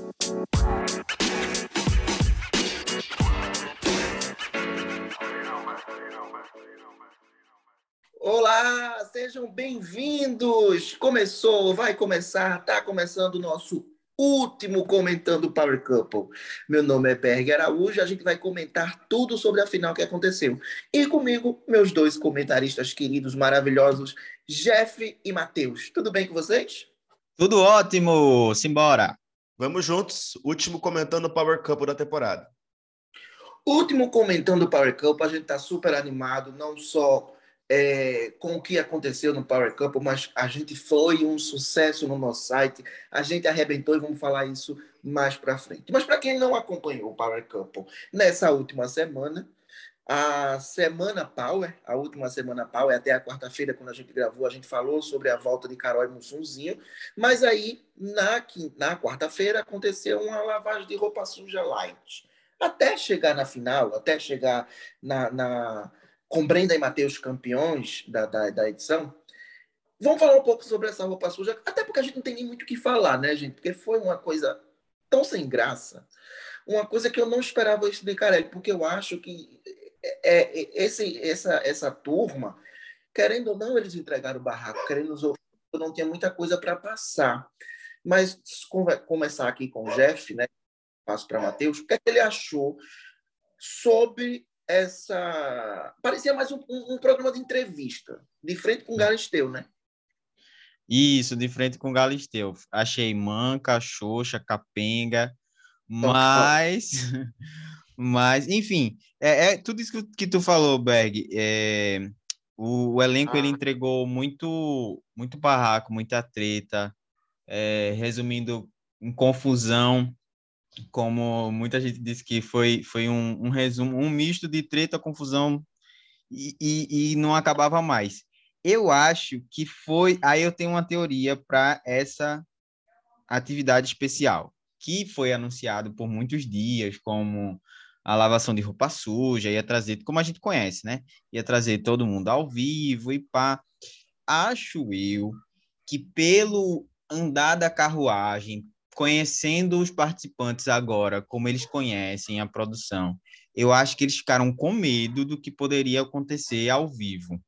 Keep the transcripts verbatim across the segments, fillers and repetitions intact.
Olá, sejam bem-vindos! Começou, vai começar, está começando o nosso último Comentando Power Couple. Meu nome é Berg Araújo, a gente vai comentar tudo sobre a final que aconteceu. E comigo, meus dois comentaristas queridos, maravilhosos, Jeff e Matheus. Tudo bem com vocês? Tudo ótimo, simbora! Vamos juntos, último Comentando Power Couple da temporada. Último Comentando Power Couple, a gente está super animado, não só é, com o que aconteceu no Power Couple, mas a gente foi um sucesso no nosso site, a gente arrebentou e vamos falar isso mais para frente. Mas para quem não acompanhou o Power Couple, nessa última semana, a Semana Power, a última Semana Power, até a quarta-feira, quando a gente gravou, a gente falou sobre a volta de Carol e Mussunzinho, mas aí, na, na quarta-feira, aconteceu uma lavagem de roupa suja light. Até chegar na final, até chegar na, na, com Brenda e Matheus campeões da, da, da edição, vamos falar um pouco sobre essa roupa suja, até porque a gente não tem nem muito o que falar, né, gente? Porque foi uma coisa tão sem graça, uma coisa que eu não esperava isso de Carelli, porque eu acho que é, é, esse, essa, essa turma, querendo ou não, eles entregaram o barraco, querendo ou não, não tinha muita coisa para passar. Mas começar aqui com o Jeff, né? Passo para Matheus, o que é que ele achou sobre essa... Parecia mais um, um, um programa de entrevista, de frente com o Galisteu, né? Isso, de frente com o Galisteu. Achei manca, xoxa, capenga, mas... mas, enfim, é, é tudo isso que, que tu falou, Berg. É, o, o elenco, ah. ele entregou muito, muito barraco, muita treta, é, resumindo, em confusão, como muita gente disse que foi, foi um, um resumo, um misto de treta, confusão e, e, e não acabava mais. Eu acho que foi... Aí eu tenho uma teoria para essa atividade especial, que foi anunciado por muitos dias como a lavação de roupa suja, ia trazer, como a gente conhece, né? Ia trazer todo mundo ao vivo e pá. Acho eu que pelo andar da carruagem, conhecendo os participantes agora, como eles conhecem a produção, eu acho que eles ficaram com medo do que poderia acontecer ao vivo,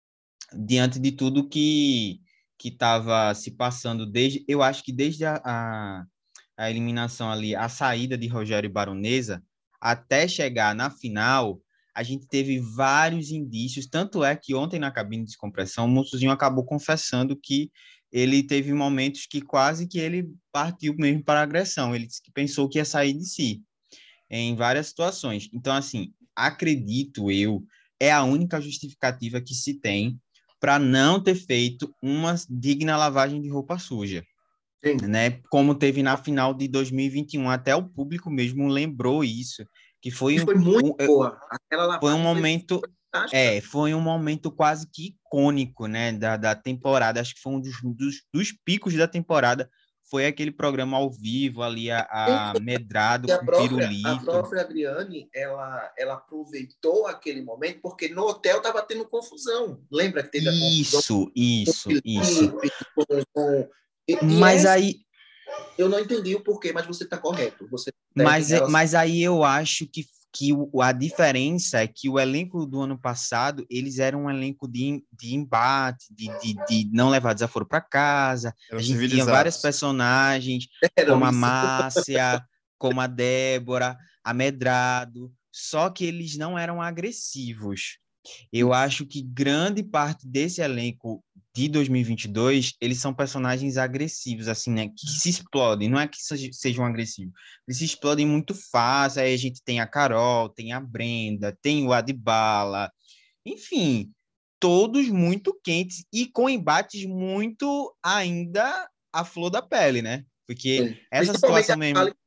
diante de tudo que que estava se passando desde, eu acho que desde a, a, a eliminação ali, a saída de Rogério Baronesa, até chegar na final, a gente teve vários indícios, tanto é que ontem na cabine de descompressão, o Mussuzinho acabou confessando que ele teve momentos que quase que ele partiu mesmo para a agressão, ele disse que pensou que ia sair de si, em várias situações. Então, assim, acredito eu, é a única justificativa que se tem para não ter feito uma digna lavagem de roupa suja. Sim. Né? Como teve na final de dois mil e vinte e um, até o público mesmo lembrou isso, que foi, foi muito um, boa. Aquela foi um momento, foi é, foi um momento quase que icônico, né, da, da temporada. Acho que foi um dos, dos, dos picos da temporada. Foi aquele programa ao vivo ali, a, a Medrado a com própria, pirulito. A própria Adriane, ela, ela aproveitou aquele momento, porque no hotel estava tendo confusão. Lembra que teve a confusão? Isso, isso, isso. Com, com, e, mas e essa, aí... Eu não entendi o porquê, mas você está correto. Você mas, é, mas aí eu acho que, que o, a diferença é que o elenco do ano passado, eles eram um elenco de, de embate, de, de, de não levar desaforo para casa. Eram a gente tinha várias personagens, Era como isso. a Márcia, como a Débora, a Medrado, só que eles não eram agressivos. Eu acho que grande parte desse elenco de dois mil e vinte e dois, eles são personagens agressivos, assim, né? Que se explodem. Não é que sejam agressivos. Eles se explodem muito fácil. Aí a gente tem a Carol, tem a Brenda, tem o Adbala. Enfim, todos muito quentes e com embates muito ainda à flor da pele, né? Porque Sim. essa situação mesmo... A...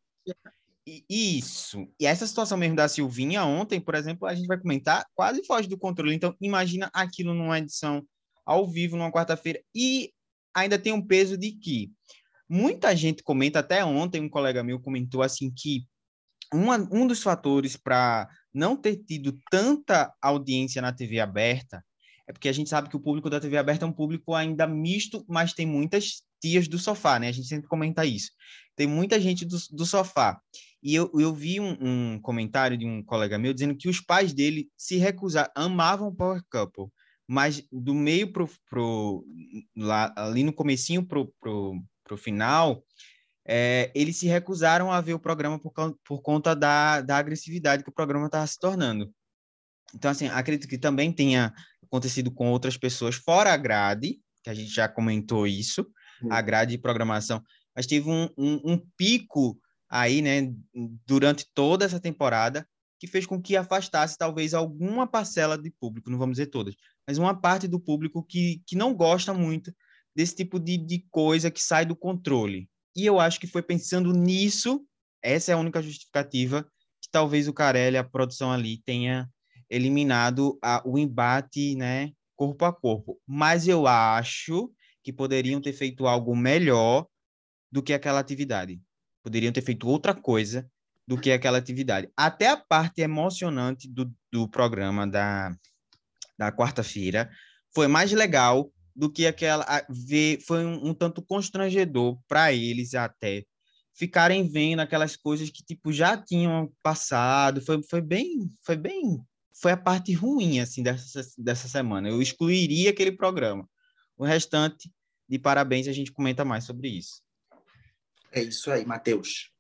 Isso. E essa situação mesmo da Silvinha ontem, por exemplo, a gente vai comentar, quase foge do controle. Então, imagina aquilo numa edição ao vivo, numa quarta-feira. E ainda tem um peso de que muita gente comenta, até ontem um colega meu comentou assim que uma, um dos fatores para não ter tido tanta audiência na T V aberta é porque a gente sabe que o público da T V aberta é um público ainda misto, mas tem muitas tias do sofá, né? A gente sempre comenta isso. Tem muita gente do, do sofá. E eu, eu vi um, um comentário de um colega meu dizendo que os pais dele se recusaram, amavam o Power Couple, mas do meio pro, pro lá, ali no comecinho pro, pro, pro final, é, eles se recusaram a ver o programa por, por conta da, da agressividade que o programa estava se tornando. Então, assim, acredito que também tenha acontecido com outras pessoas fora a grade, que a gente já comentou isso, a grade de programação, mas teve um, um, um pico aí, né, durante toda essa temporada, que fez com que afastasse talvez alguma parcela de público, não vamos dizer todas, mas uma parte do público que, que não gosta muito desse tipo de, de coisa que sai do controle. E eu acho que foi pensando nisso, essa é a única justificativa, que talvez o Carelli, a produção ali, tenha eliminado a, o embate, né, corpo a corpo. Mas eu acho que poderiam ter feito algo melhor do que aquela atividade. Poderiam ter feito outra coisa do que aquela atividade. Até a parte emocionante do, do programa da, da quarta-feira foi mais legal do que aquela... A, ver, foi um, um tanto constrangedor para eles até ficarem vendo aquelas coisas que tipo já tinham passado. Foi, foi bem... Foi bem foi a parte ruim assim dessa, dessa semana. Eu excluiria aquele programa. O restante, de parabéns, a gente comenta mais sobre isso. É isso aí, Matheus.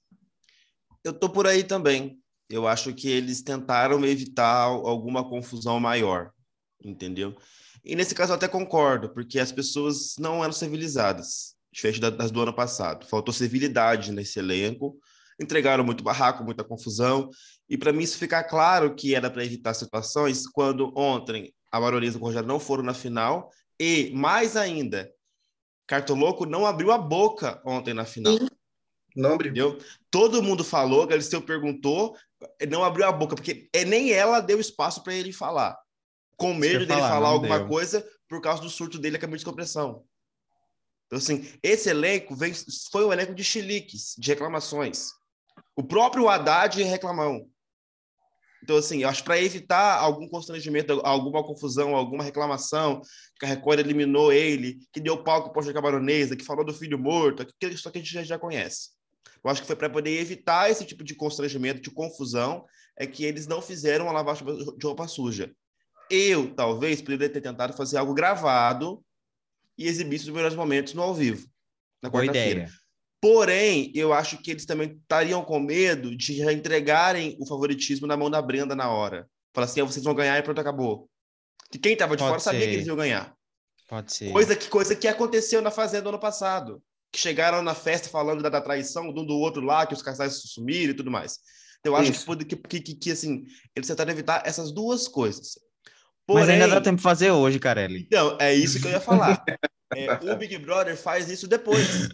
Eu tô por aí também. Eu acho que eles tentaram evitar alguma confusão maior, entendeu? E nesse caso eu até concordo, porque as pessoas não eram civilizadas, diferente das do ano passado. Faltou civilidade nesse elenco, entregaram muito barraco, muita confusão, e para mim isso fica claro que era para evitar situações quando ontem a Maroreza e o Rogério não foram na final, e, mais ainda, Cartoloco não abriu a boca ontem na final. Sim. Não abriu. Entendeu? Todo mundo falou, Galisteu perguntou, não abriu a boca, porque nem ela deu espaço para ele falar. Com medo dele falar, falar alguma deu. coisa por causa do surto dele, que é de descompressão. Então, assim, esse elenco vem, foi um elenco de chiliques, de reclamações. O próprio Haddad reclamou. Então, assim, eu acho para evitar algum constrangimento, alguma confusão, alguma reclamação, que a Record eliminou ele, que deu palco para a Baronesa, que falou do filho morto, aquilo isso que a gente já, já conhece. Eu acho que foi para poder evitar esse tipo de constrangimento, de confusão, é que eles não fizeram uma lavagem de roupa suja. Eu, talvez, poderia ter tentado fazer algo gravado e exibir os melhores momentos no ao vivo, na quarta-feira. Porém, eu acho que eles também estariam com medo de já entregarem o favoritismo na mão da Brenda na hora. Falar assim, ah, vocês vão ganhar e pronto, acabou. E quem estava de Pode fora ser. sabia que eles iam ganhar. Pode ser. Coisa que, coisa que aconteceu na Fazenda ano passado. Que chegaram na festa falando da, da traição de um do outro lá, que os casais se sumiram e tudo mais. Então, eu acho que, que, que, que, assim, eles tentaram evitar essas duas coisas. Porém, mas ainda dá tempo de fazer hoje, Carelli. Então, é isso que eu ia falar. É, o Big Brother faz isso depois.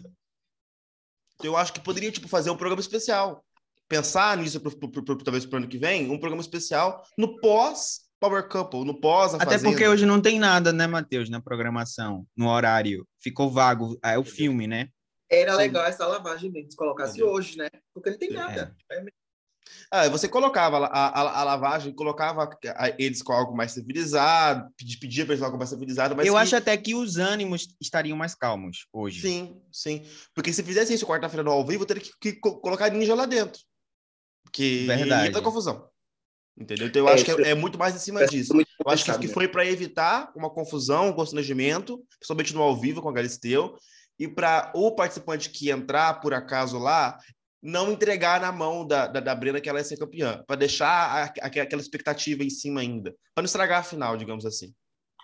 Então, eu acho que poderia tipo, fazer um programa especial. Pensar nisso, pro, pro, pro, talvez para o ano que vem, um programa especial no pós Power Couple, no pós a Até Fazenda. porque hoje não tem nada, né, Matheus, na programação, no horário. Ficou vago. É o filme, né? Era Sim. legal essa lavagem mesmo, se colocasse Entendeu? Hoje, né? Porque não tem é. nada. É. Ah, você colocava a, a, a lavagem, colocava eles com algo mais civilizado, pedia para eles algo mais civilizado. Mas eu que... acho até que os ânimos estariam mais calmos hoje. Sim, sim. Porque se fizesse isso quarta-feira no ao vivo, eu teria que, que colocar ninja lá dentro. Porque Verdade. ia dar confusão. Entendeu? Então eu é, acho que é, é muito mais em cima disso. Eu acho que isso que foi para evitar uma confusão, um constrangimento, principalmente no ao vivo com a Galisteu, e para o participante que entrar, por acaso, lá, não entregar na mão da, da, da Brenda que ela ia ser campeã, para deixar a, a, aquela expectativa em cima ainda, para não estragar a final, digamos assim.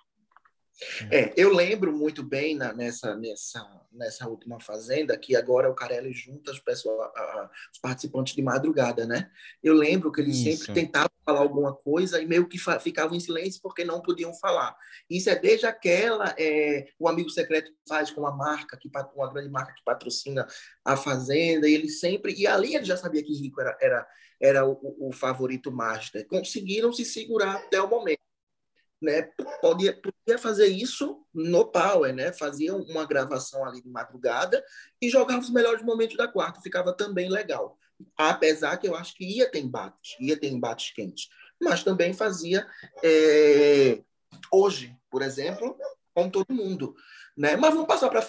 É, eu lembro muito bem na, nessa, nessa, nessa última Fazenda que agora o Carelli junta os, pessoal, a, a, os participantes de madrugada, né? Eu lembro que eles Isso. sempre tentavam falar alguma coisa e meio que ficavam em silêncio porque não podiam falar. Isso é desde aquela é, o Amigo Secreto faz com uma marca, que, uma grande marca que patrocina a Fazenda, e ele sempre... E ali ele já sabia que Rico era, era, era o, o favorito master. Conseguiram se segurar até o momento. Né, podia, podia fazer isso no Power, né? Fazia uma gravação ali de madrugada e jogava os melhores momentos da quarta, ficava também legal. Apesar que eu acho que ia ter embates, ia ter embates quentes, mas também fazia é, hoje, por exemplo, com todo mundo, né? Mas vamos passar para a final.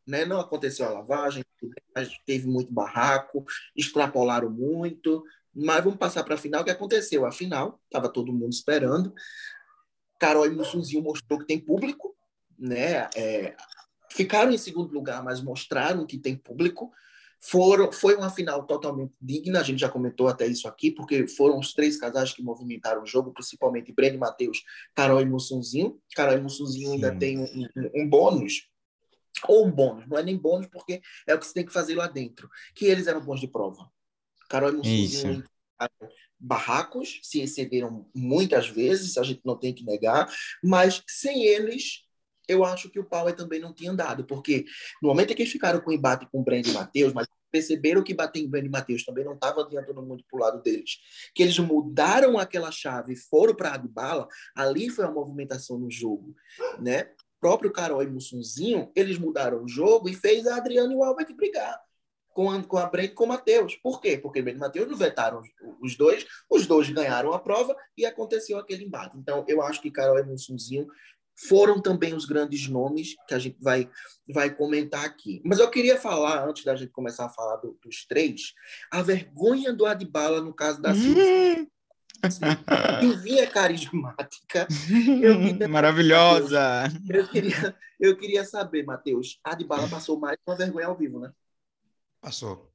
né? Não aconteceu a lavagem, mas teve muito barraco, extrapolaram muito, mas vamos passar para a final. O que aconteceu? A final, estava todo mundo esperando. Carol e Mussunzinho mostrou que tem público, né? É, ficaram em segundo lugar, mas mostraram que tem público. Foram, foi uma final totalmente digna, a gente já comentou até isso aqui, porque foram os três casais que movimentaram o jogo, principalmente Breno Matheus, Carol e Mussunzinho. Carol e Mussunzinho ainda Sim. tem um, um, um bônus, ou um bônus, não é nem bônus, porque é o que você tem que fazer lá dentro, que eles eram bons de prova. Carol e Isso. Mussunzinho barracos, se excederam muitas vezes, a gente não tem que negar, mas sem eles, eu acho que o Power também não tinha andado, porque no momento em que eles ficaram com o embate com o Brand e Matheus, mas perceberam que bater em Brand e Matheus também não estava adiantando muito para o lado deles, que eles mudaram aquela chave e foram para a Adbala, ali foi a movimentação no jogo, né? O próprio Carol e Mussunzinho, eles mudaram o jogo e fez a Adriana e o Albert brigar com a, com a Brent e com o Matheus. Por quê? Porque Brent e Matheus não vetaram os, os dois, os dois ganharam a prova e aconteceu aquele embate. Então, eu acho que Carol e Mussunzinho foram também os grandes nomes que a gente vai, vai comentar aqui. Mas eu queria falar, antes da gente começar a falar do, dos três, a vergonha do Adbala no caso da Silvinha. Silvinha é carismática. Eu queria, Mateus, Maravilhosa! eu queria, eu queria saber, Matheus, a Adbala passou mais uma vergonha ao vivo, né? Passou.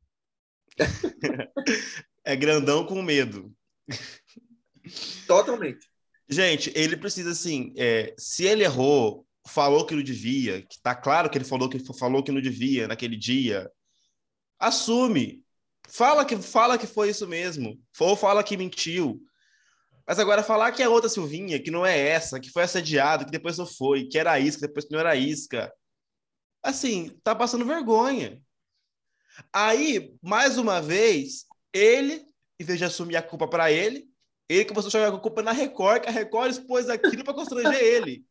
É grandão com medo. Totalmente. Gente, ele precisa, assim, é, se ele errou, falou que não devia, que tá claro que ele falou que falou que não devia naquele dia, assume. Fala que, fala que foi isso mesmo. Ou fala que mentiu. Mas agora falar que é outra Silvinha, que não é essa, que foi assediado, que depois não foi, que era isca, depois que não era isca. Assim, tá passando vergonha. Aí, mais uma vez, ele, em vez de assumir a culpa para ele, ele começou a jogar a culpa na Record, que a Record expôs aquilo para constranger ele.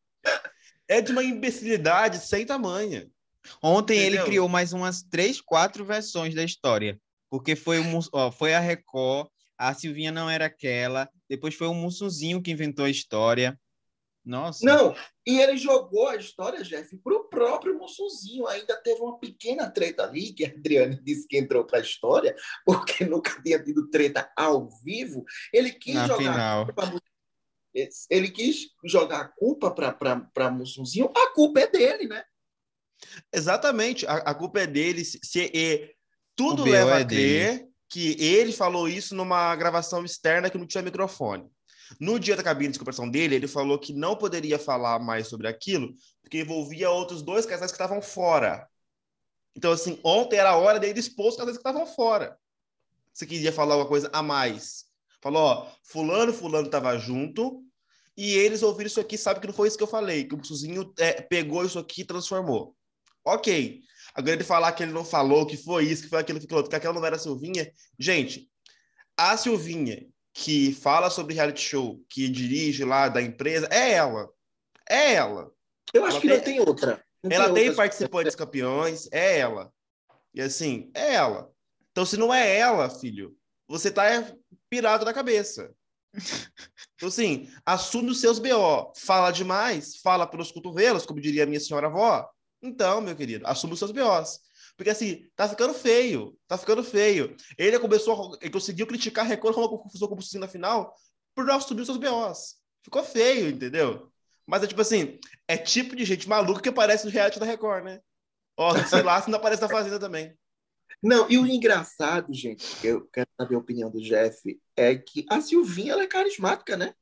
É de uma imbecilidade sem tamanha. Ontem ele Entendeu? criou mais umas três, quatro versões da história. Porque foi, o, Mus- ó, foi a Record, a Silvinha não era aquela, depois foi o Mussunzinho que inventou a história. Nossa, Não, e ele jogou a história, Jeff, para o próprio Mussunzinho. Ainda teve uma pequena treta ali, que a Adriane disse que entrou para a história, porque nunca tinha tido treta ao vivo. Ele quis na jogar a final. culpa pra, ele quis jogar a culpa para Mussunzinho. A culpa é dele, né? Exatamente. A, a culpa é dele. Se, se, e, O tudo B O leva é a dele. crer que ele falou isso numa gravação externa que não tinha microfone. No dia da cabine de descobertação dele, ele falou que não poderia falar mais sobre aquilo, porque envolvia outros dois casais que estavam fora. Então, assim, ontem era a hora dele expor os casais que estavam fora. Você queria falar alguma coisa a mais. Falou, ó, fulano, fulano estava junto, e eles ouviram isso aqui, sabe que não foi isso que eu falei, que o Suzinho é, pegou isso aqui e transformou. Ok. Agora ele falar que ele não falou, que foi isso, que foi aquilo, que foi aquilo, que aquela não era a Silvinha. Gente, a Silvinha que fala sobre reality show, que dirige lá da empresa, é ela. É ela. Eu acho Ela que não tem, tem outra. Não tem ela tem outra. participantes campeões, é ela. E assim, é ela. Então, se não é ela, filho, você tá pirado na cabeça. Então, assim, assume os seus B O. Fala demais, fala pelos cotovelos, como diria a minha senhora avó. Então, meu querido, assume os seus B Os. Porque, assim, tá ficando feio. Tá ficando feio. Ele começou, ele conseguiu criticar a Record como confusão como na final por não assumir os seus B Os. Ficou feio, entendeu? Mas é tipo assim, é tipo de gente maluca que aparece no reality da Record, né? Ó, sei lá se não aparece na Fazenda também. Não, e o engraçado, gente, que eu quero saber a opinião do Jeff, é que a Silvinha ela é carismática, né?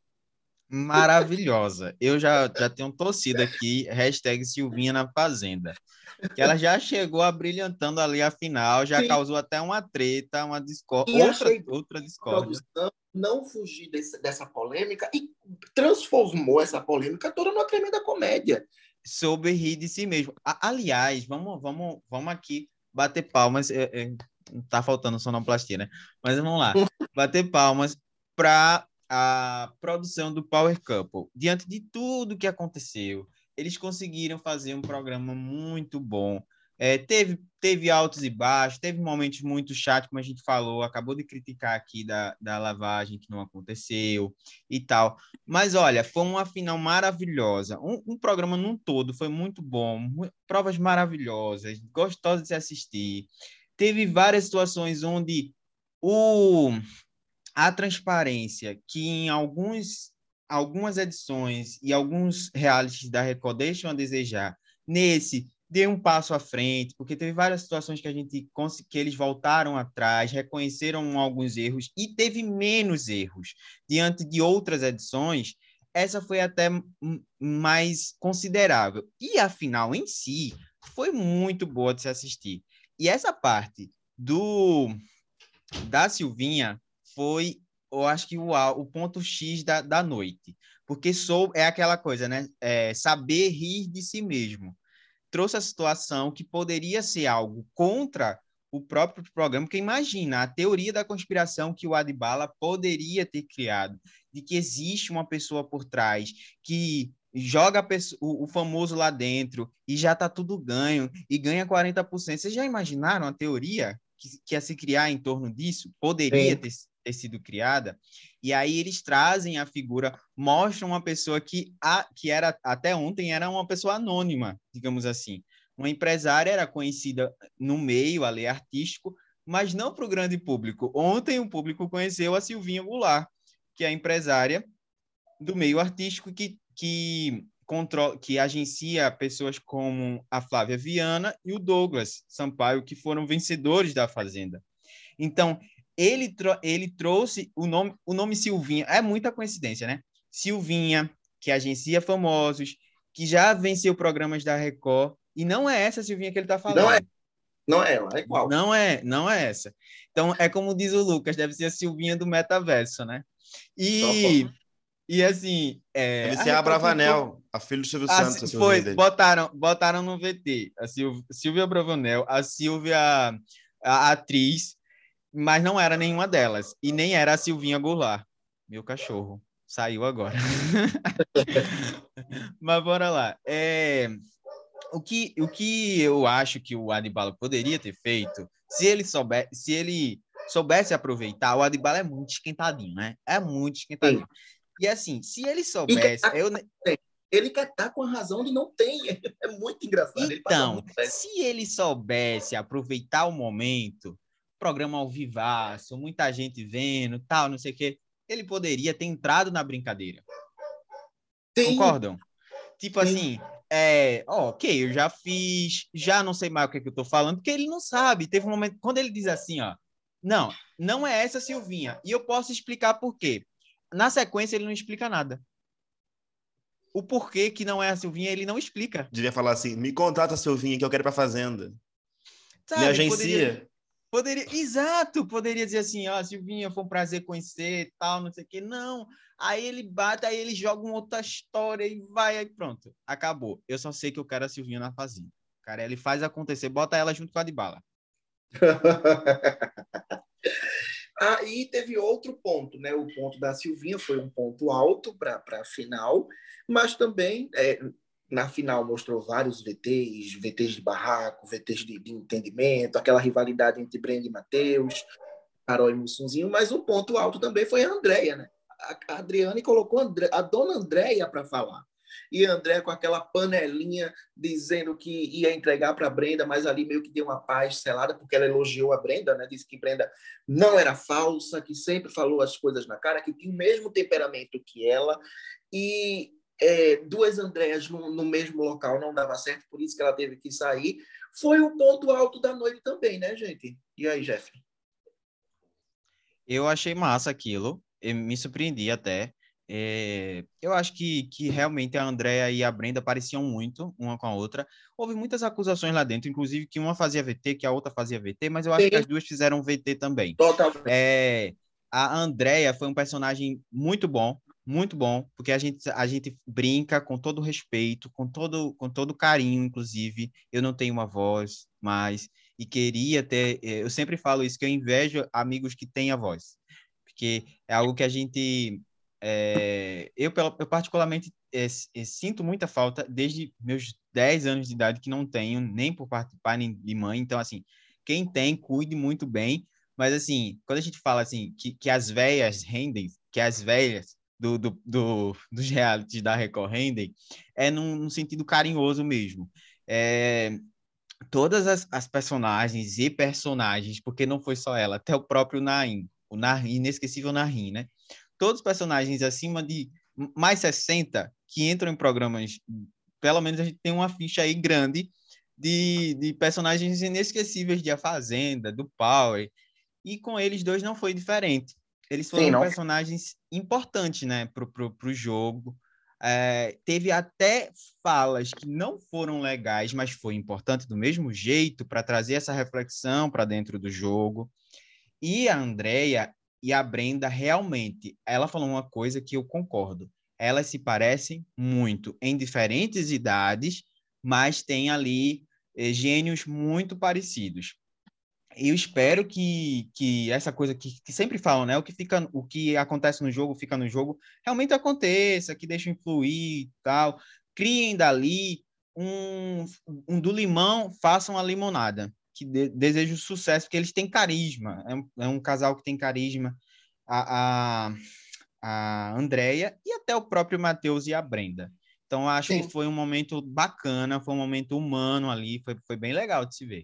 Maravilhosa. Eu já, já tenho torcida aqui, hashtag Silvinha na Fazenda. Que ela já chegou abrilhantando ali a final, já Sim. causou até uma treta, uma discórdia, E outra, achei outra a discórdia. produção não fugir desse, dessa polêmica e transformou essa polêmica toda numa tremenda comédia. Sobre rir de si mesmo. A- aliás, vamos, vamos, vamos aqui bater palmas. É, é, tá faltando sonoplastia, né? Mas vamos lá. Bater palmas para a produção do Power Couple. Diante de tudo que aconteceu, eles conseguiram fazer um programa muito bom. É, teve, teve altos e baixos, teve momentos muito chatos, como a gente falou, acabou de criticar aqui da, da lavagem que não aconteceu e tal. Mas olha, foi uma final maravilhosa. Um, um programa num todo foi muito bom, mu- provas maravilhosas, gostosas de se assistir. Teve várias situações onde o, a transparência, que em alguns, algumas edições e alguns realities da Record deixam a desejar, nesse deu um passo à frente, porque teve várias situações que a gente que eles voltaram atrás, reconheceram alguns erros e teve menos erros diante de outras edições. Essa foi até mais considerável. E a final em si foi muito boa de se assistir. E essa parte do da Silvinha foi, eu acho que o, o ponto X da, da noite. Porque sou, é aquela coisa, né? É, saber rir de si mesmo. Trouxe a situação que poderia ser algo contra o próprio programa, porque imagina a teoria da conspiração que o Adbala poderia ter criado, de que existe uma pessoa por trás que joga pessoa, o, o famoso lá dentro e já está tudo ganho e ganha quarenta por cento. Vocês já imaginaram a teoria que, que ia se criar em torno disso? Poderia ter, ter sido criada? E aí eles trazem a figura, mostram uma pessoa que, a, que era até ontem era uma pessoa anônima, digamos assim. Uma empresária era conhecida no meio ali artístico, mas não para o grande público. Ontem o público conheceu a Silvinha Goulart, que é a empresária do meio artístico que, que, controla, que agencia pessoas como a Flávia Viana e o Douglas Sampaio, que foram vencedores da Fazenda. Então, ele, ele trouxe o nome, o nome Silvinha, é muita coincidência, né? Silvinha, que agencia famosos, que já venceu programas da Record, e não é essa Silvinha que ele está falando. Não é, não é ela, é qual? Não é, não é essa. Então, é como diz o Lucas, deve ser a Silvinha do metaverso, né? E, e assim... É, Deve a ser a Record Bravanel, tentou... a filha do Silvio A, Santos, a Silvinha foi, dele. botaram, botaram no V T, a Sil, Silvia Bravanel, a Silvia, a, a atriz, mas não era nenhuma delas. E nem era a Silvinha Goulart. Meu cachorro. Saiu agora. Mas bora lá. É, o, que, o que eu acho que o Adbala poderia ter feito, se ele souber, se ele soubesse aproveitar, o Adbala é muito esquentadinho, né? É muito esquentadinho. Sim. E assim, se ele soubesse... E, eu... Ele quer estar com a razão de não ter. É muito engraçado. Então, ele muito se ele soubesse aproveitar o momento, programa ao vivaço, muita gente vendo, tal, não sei o quê, ele poderia ter entrado na brincadeira. Sim. Concordam? Tipo Sim. assim, é, oh, ok, eu já fiz, já não sei mais o que, é que eu tô falando, porque ele não sabe. Teve um momento, quando ele diz assim, ó, não, não é essa Silvinha. E eu posso explicar por quê. Na sequência, ele não explica nada. O porquê que não é a Silvinha, ele não explica. Devia falar assim, me contrata, Silvinha, que eu quero ir pra fazenda. Sabe, me agencia. Poderia, poderia, exato, poderia dizer assim, ó, oh, Silvinha, foi um prazer conhecer, tal, não sei o quê. Não, aí ele bate, aí ele joga uma outra história e vai, aí pronto, acabou. Eu só sei que eu quero a Silvinha na fazenda. Cara, ele faz acontecer, bota ela junto com a Adbala. Aí teve outro ponto, né? O ponto da Silvinha foi um ponto alto para a final, mas também é, na final mostrou vários V Ts, V Ts de barraco, V Ts de, de entendimento, aquela rivalidade entre Brenda e Matheus, Carol e Mussunzinho, mas o ponto alto também foi a Andréia, né? A Adriane colocou a, André, a dona Andréia para falar. E a André com aquela panelinha dizendo que ia entregar para a Brenda, mas ali meio que deu uma paz selada, porque ela elogiou a Brenda, né? Disse que Brenda não era falsa, que sempre falou as coisas na cara, que tinha o mesmo temperamento que ela. E é, duas Andréas no, no mesmo local não dava certo, por isso que ela teve que sair. Foi o ponto alto da noite também, né, gente? E aí, Jeff? Eu achei massa aquilo, eu me surpreendi até. É, eu acho que, que realmente a Andrea e a Brenda pareciam muito uma com a outra. Houve muitas acusações lá dentro, inclusive que uma fazia V T, que a outra fazia V T, mas eu acho Sim. que as duas fizeram V T também. Totalmente. É, a Andrea foi um personagem muito bom, muito bom, porque a gente, a gente brinca com todo respeito, com todo, com todo carinho, inclusive. Eu não tenho uma voz, mas e queria ter. Eu sempre falo isso, que eu invejo amigos que têm a voz, porque é algo que a gente é, eu, eu particularmente é, é, sinto muita falta desde meus dez anos de idade, que não tenho nem por parte de pai nem de mãe. Então, assim, quem tem, cuide muito bem. Mas, assim, quando a gente fala assim, que, que as velhas rendem, que as velhas do, do, do, dos realities da Record rendem, é num, num sentido carinhoso mesmo. É, todas as, as personagens e personagens, porque não foi só ela, até o próprio Naim, o Naim, inesquecível Naim, né? Todos os personagens acima de mais sessenta que entram em programas, pelo menos a gente tem uma ficha aí grande de, de personagens inesquecíveis de A Fazenda, do Power, e com eles dois não foi diferente. Eles foram Sim, não. personagens importantes, né, pro, pro, pro jogo. É, teve até falas que não foram legais, mas foi importante do mesmo jeito para trazer essa reflexão para dentro do jogo. E a Andrea e a Brenda, realmente, ela falou uma coisa que eu concordo. Elas se parecem muito em diferentes idades, mas têm ali eh, gênios muito parecidos. Eu espero que, que essa coisa que, que sempre falam, né? O que fica, o que acontece no jogo fica no jogo, realmente aconteça, que deixem fluir e tal. Criem dali um, um do limão, façam a limonada. Que de, desejo sucesso, porque eles têm carisma. É um, é um casal que tem carisma. A, a, a Andrea e até o próprio Matheus e a Brenda. Então, acho Sim. que foi um momento bacana, foi um momento humano ali, foi, foi bem legal de se ver.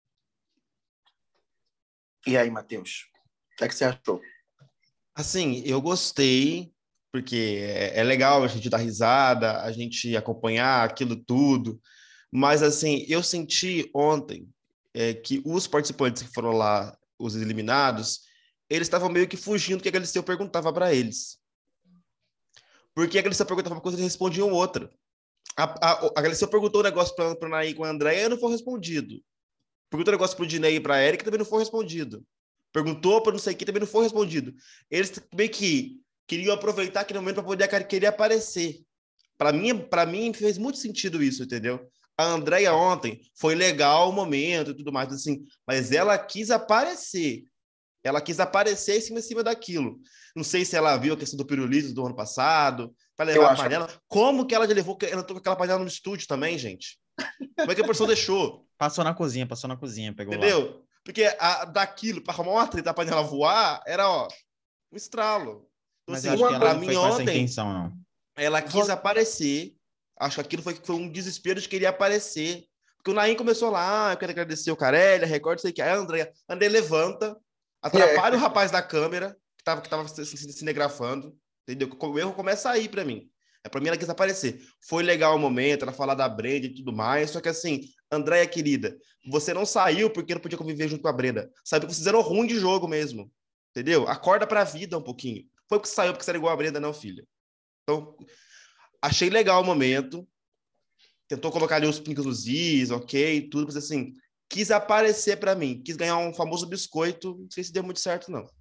E aí, Matheus? O que é que você achou? Assim, eu gostei, porque é, é legal a gente dar risada, a gente acompanhar aquilo tudo, mas, assim, eu senti ontem é, que os participantes que foram lá, os eliminados, eles estavam meio que fugindo do que a Galisteu perguntava para eles. Porque a Galisteu perguntava uma coisa e eles respondiam outra. A, a, a Galisteu perguntou um negócio para o Naí com a Andréia e não foi respondido. Perguntou um negócio para o Dinei e para a Erika, também não foi respondido. Perguntou para não sei o que, também não foi respondido. Eles meio que queriam aproveitar aquele momento para poder querer aparecer. Para mim, para mim, fez muito sentido isso, entendeu? A Andréia ontem foi legal o momento e tudo mais, assim, mas ela quis aparecer. Ela quis aparecer em cima, em cima daquilo. Não sei se ela viu a questão do pirulito do ano passado, para levar Eu a acho. panela. Como que ela já levou? Ela entrou com aquela panela no estúdio também, gente. Como é que a pessoa deixou? Passou na cozinha, passou na cozinha, pegou Entendeu? lá. Porque a, daquilo, para arrumar uma treta, a panela voar, era, ó, um estralo. Então, Mas assim, eu acho que ela para não mim foi com essa ontem, intenção, não. ela quis aparecer. Acho que aquilo foi, foi um desespero de querer aparecer. Porque o Naim começou lá, ah, eu quero agradecer o Carelli, a Record, sei que. Aí a André, André levanta, atrapalha É. o rapaz da câmera, que tava, que tava se, se cinegrafando, entendeu? O erro começa aí para mim. É, para mim, ela quis aparecer. Foi legal o momento, ela falar da Brenda e tudo mais, só que assim, Andréia, querida, você não saiu porque não podia conviver junto com a Brenda. Saiu porque vocês eram ruim de jogo mesmo, entendeu? Acorda pra vida um pouquinho. Foi porque saiu porque você era igual a Brenda, não, filha. Então, achei legal o momento. Tentou colocar ali os pingos nos is, ok, tudo, mas assim, quis aparecer para mim, quis ganhar um famoso biscoito, não sei se deu muito certo, não.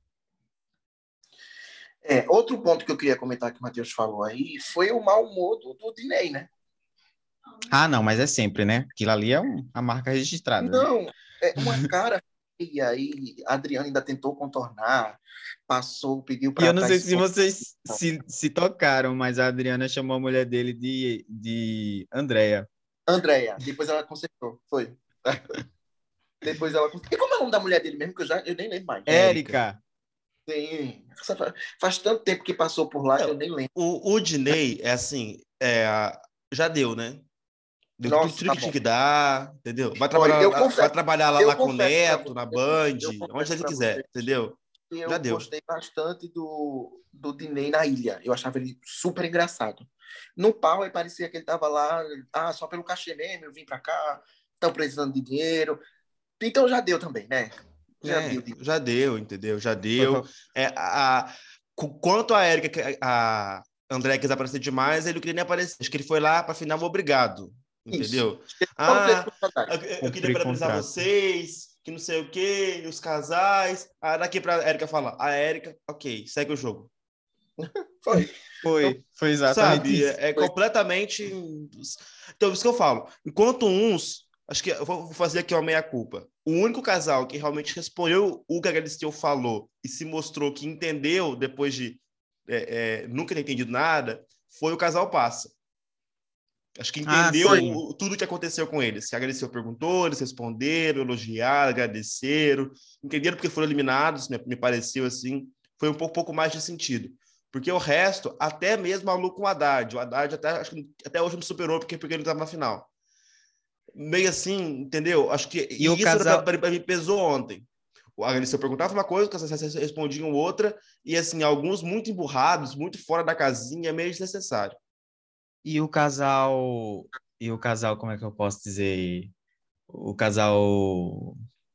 É, outro ponto que eu queria comentar que o Matheus falou aí foi o mau humor do, do Dinei, né? Ah, não, mas é sempre, né? Aquilo ali é um, a marca registrada, né? Não, é uma cara e aí a Adriana ainda tentou contornar, passou, pediu E eu para não estar sei se escondido. vocês se, se tocaram, mas a Adriana chamou a mulher dele de, de Andréia. Andréia, depois ela consertou, foi. Depois ela consertou. E como é o nome da mulher dele mesmo, que eu já eu nem lembro mais. Érica. Sim. Faz tanto tempo que passou por lá que eu Não, nem lembro. o, o Dinei, é assim, é, já deu, né? Deu tudo, Nossa, tudo tá que tinha bom. que dar, entendeu? Vai Olha, trabalhar, eu vai confesso, trabalhar lá, eu lá com o confesso para Neto, você, na Band, eu onde confesso ele para quiser, você entendeu? que Já eu deu. gostei bastante do, do Diney na ilha. Eu achava ele super engraçado. No pau, aí parecia que ele tava lá, ah, só pelo cachê mesmo, eu vim para cá, estão precisando de dinheiro. Então já deu também, né? Já É, deu. De... já deu, entendeu? Já Foi, deu. foi, É, a, a, quanto a Érica, a André quis aparecer demais, ele não queria nem aparecer. Acho que ele foi lá para final obrigado, Isso. entendeu? Completo Ah, com saudade. eu, eu queria cumprir parabenizar contrato. vocês, que não sei o quê, os casais. Ah, daqui para Érica falar. A Érica, ok, segue o jogo. Foi. Então, Foi, foi exatamente Sabe? isso. É, é foi. completamente. Então, isso que eu falo. Enquanto uns. Acho que eu vou fazer aqui uma meia-culpa. O único casal que realmente respondeu o que a Galisteu falou e se mostrou que entendeu depois de é, é, nunca tinha entendido nada, foi o casal Passa. Acho que Ah, entendeu sim. o- tudo que aconteceu com eles. Que agradeceu, perguntou, eles responderam, elogiaram, agradeceram, entenderam porque foram eliminados, né? Me pareceu assim. Foi um pouco, pouco mais de sentido. Porque o resto, até mesmo a Lu com o Haddad. O Haddad até, acho que até hoje me superou porque, porque ele estava na final. Meio assim, entendeu? Acho que E o e isso casal... para mim pesou ontem. O agradeceu, perguntava uma coisa, vocês respondiam outra, e assim, alguns muito emburrados, muito fora da casinha, meio desnecessário. E o casal... E o casal, como é que eu posso dizer? O casal...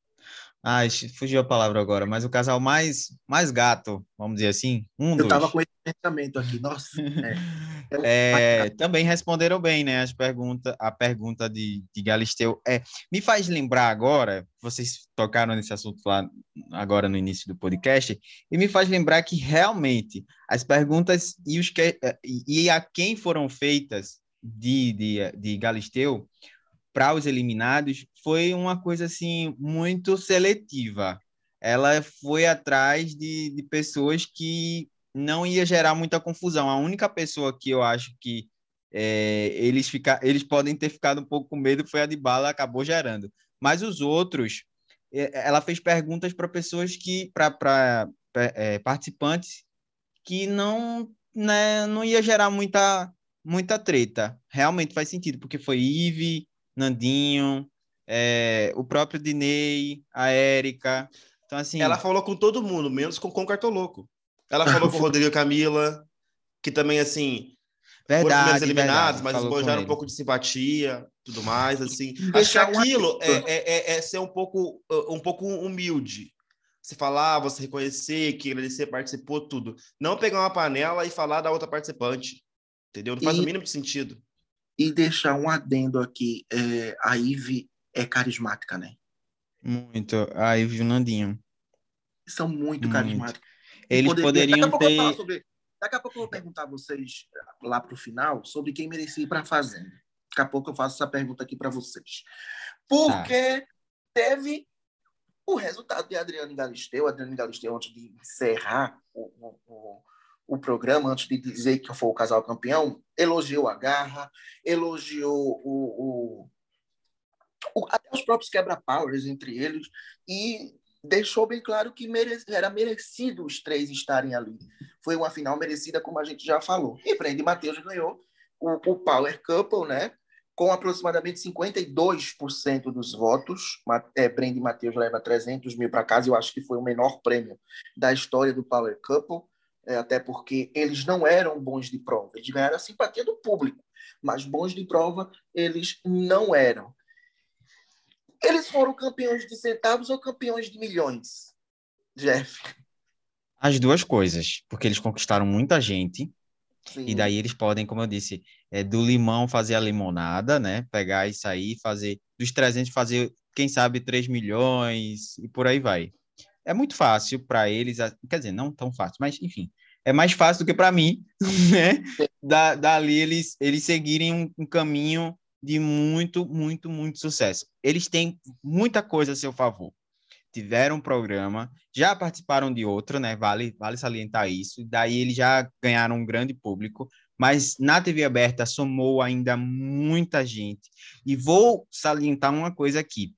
Ah, fugiu a palavra agora, mas o casal mais, mais gato, vamos dizer assim, um Eu tava dos. com esse pensamento aqui. Nossa, é, é um É, também responderam bem, né? As perguntas, a pergunta de, de Galisteu. É, me faz lembrar agora, vocês tocaram nesse assunto lá agora no início do podcast, e me faz lembrar que realmente as perguntas e, os que, e a quem foram feitas de, de, de Galisteu para os eliminados foi uma coisa assim muito seletiva. Ela foi atrás de, de pessoas que não ia gerar muita confusão. A única pessoa que eu acho que é, eles, fica, eles podem ter ficado um pouco com medo foi a de Bala, acabou gerando. Mas os outros, é, ela fez perguntas para pessoas que, para é, participantes que não, né, não ia gerar muita, muita treta. Realmente faz sentido, porque foi Ive, Nandinho, é, o próprio Dinei, a Érica. Então, Ela assim, falou com todo mundo, menos com, com o Cartoloco. Ela falou com o Rodrigo e Camila, que também, assim, foram primeiros verdade, eliminados, verdade, mas falou com esbojaram um ele. pouco de simpatia, tudo mais, assim. Acho que deixar um aquilo é, adendo. é, é, é ser um pouco, um pouco humilde. Você falar, você reconhecer, que agradecer, participou, tudo. Não pegar uma panela e falar da outra participante, entendeu? Não faz o E, mínimo de sentido. e deixar um adendo aqui. É, a Ivy é carismática, né? Muito. Aí viu o Nandinho. São muito Muito. carismáticos. E Eles poderia. Daqui a poderiam pouco eu vou falar ter. sobre. Daqui a pouco eu vou perguntar a vocês lá para o final sobre quem merecia ir para a Fazenda. Daqui a pouco eu faço essa pergunta aqui para vocês. Tá. Porque teve o resultado de Adriane Galisteu. Adriane Galisteu, antes de encerrar o, o, o, o programa, antes de dizer que foi o casal campeão, elogiou a garra, elogiou o, o, o até os próprios quebra-powers entre eles, e deixou bem claro que mere, era merecido os três estarem ali. Foi uma final merecida, como a gente já falou. E Brenda e Matheus ganhou o, o Power Couple, né? Com aproximadamente cinquenta e dois por cento dos votos. É, Brenda e Matheus leva trezentos mil para casa. Eu acho que foi o menor prêmio da história do Power Couple, é, até porque eles não eram bons de prova. Eles ganharam a simpatia do público, mas bons de prova eles não eram. Eles foram campeões de centavos ou campeões de milhões, Jeff? As duas coisas, porque eles conquistaram muita gente. E Sim. daí eles podem, como eu disse, é, do limão fazer a limonada, né? Pegar isso aí, fazer dos trezentos fazer, quem sabe, três milhões e por aí vai. É muito fácil para eles, quer dizer, não tão fácil, mas enfim, é mais fácil do que para mim, né? Da, dali eles, eles seguirem um, um caminho de muito, muito, muito sucesso. Eles têm muita coisa a seu favor. Tiveram um programa, já participaram de outro, né? Vale, vale salientar isso. Daí eles já ganharam um grande público, mas na T V aberta somou ainda muita gente. E vou salientar uma coisa aqui.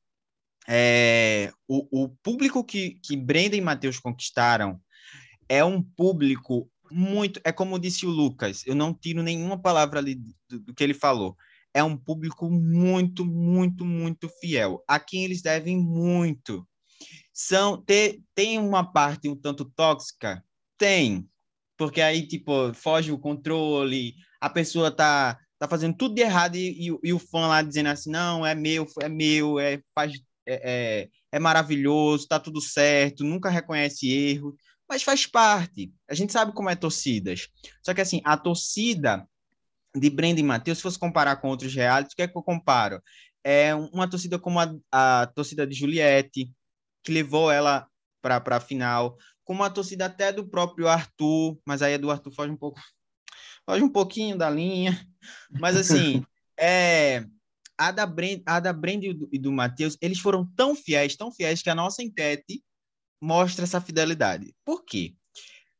É, o, o público que, que Brenda e Matheus conquistaram é um público muito. É como disse o Lucas, eu não tiro nenhuma palavra ali do, do que ele falou. É um público muito, muito, muito fiel, a quem eles devem muito. São, te, tem uma parte um tanto tóxica? Tem. Porque aí, tipo, foge o controle, a pessoa tá, tá fazendo tudo de errado e, e, e o fã lá dizendo assim, não, é meu, é meu, é, faz, é, é, é maravilhoso, tá tudo certo, nunca reconhece erro, mas faz parte. A gente sabe como é torcidas. Só que, assim, a torcida de Brenda e Matheus, se fosse comparar com outros realities, o que é que eu comparo? É uma torcida como a, a torcida de Juliette, que levou ela para a final, como a torcida até do próprio Arthur, mas aí a do Arthur foge um pouco, foge um pouquinho da linha, mas assim, é, a da Brenda, a da Brenda e do, e do Matheus, eles foram tão fiéis, tão fiéis que a nossa enquete mostra essa fidelidade. Por quê?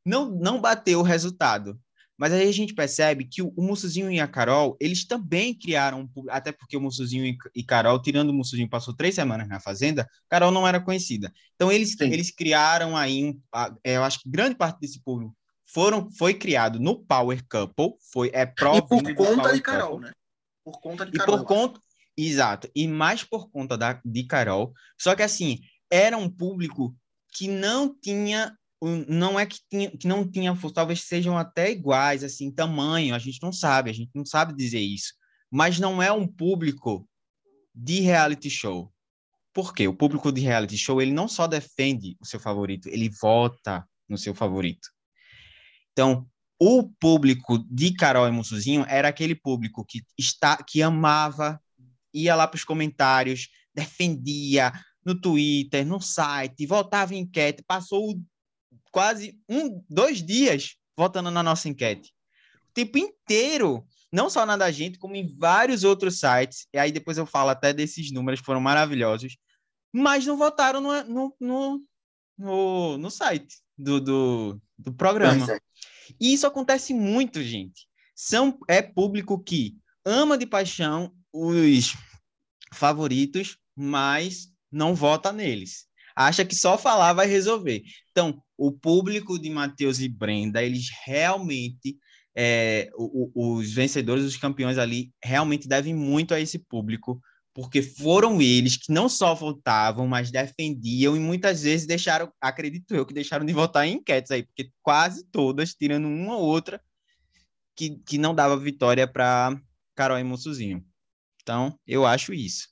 não, não bateu o resultado. Mas aí a gente percebe que o, o Mussuzinho e a Carol, eles também criaram, até porque o Mussuzinho e, e Carol, tirando o Mussuzinho, passou três semanas na Fazenda, Carol não era conhecida. Então, eles, eles criaram aí, um, a, eu acho que grande parte desse público foram, foi criado no Power Couple, foi, é E por pró-vindo do conta Power de Carol, Couple. né? Por conta de E Carol, por eu acho. conta, exato, e mais por conta da, de Carol, só que assim, era um público que não tinha, um, não é que, tinha, que não tinha, talvez sejam até iguais, assim, tamanho, a gente não sabe, a gente não sabe dizer isso, mas não é um público de reality show. Por quê? O público de reality show, ele não só defende o seu favorito, ele vota no seu favorito. Então, o público de Carol e Mussuzinho era aquele público que, está, que amava, ia lá para os comentários, defendia no Twitter, no site, votava em enquete, passou quase um, dois dias votando na nossa enquete. O tempo inteiro, não só na da gente, como em vários outros sites, e aí depois eu falo até desses números que foram maravilhosos, mas não votaram no, no, no, no, no site do, do, do programa. É. E isso acontece muito, gente. São, é público que ama de paixão os favoritos, mas não vota neles. Acha que só falar vai resolver. Então, o público de Matheus e Brenda, eles realmente, é, o, o, os vencedores, os campeões ali, realmente devem muito a esse público, porque foram eles que não só votavam, mas defendiam e muitas vezes deixaram, acredito eu, que deixaram de votar em enquetes aí, porque quase todas, tirando uma ou outra, que, que não dava vitória para Carol e Mussuzinho. Então, eu acho isso.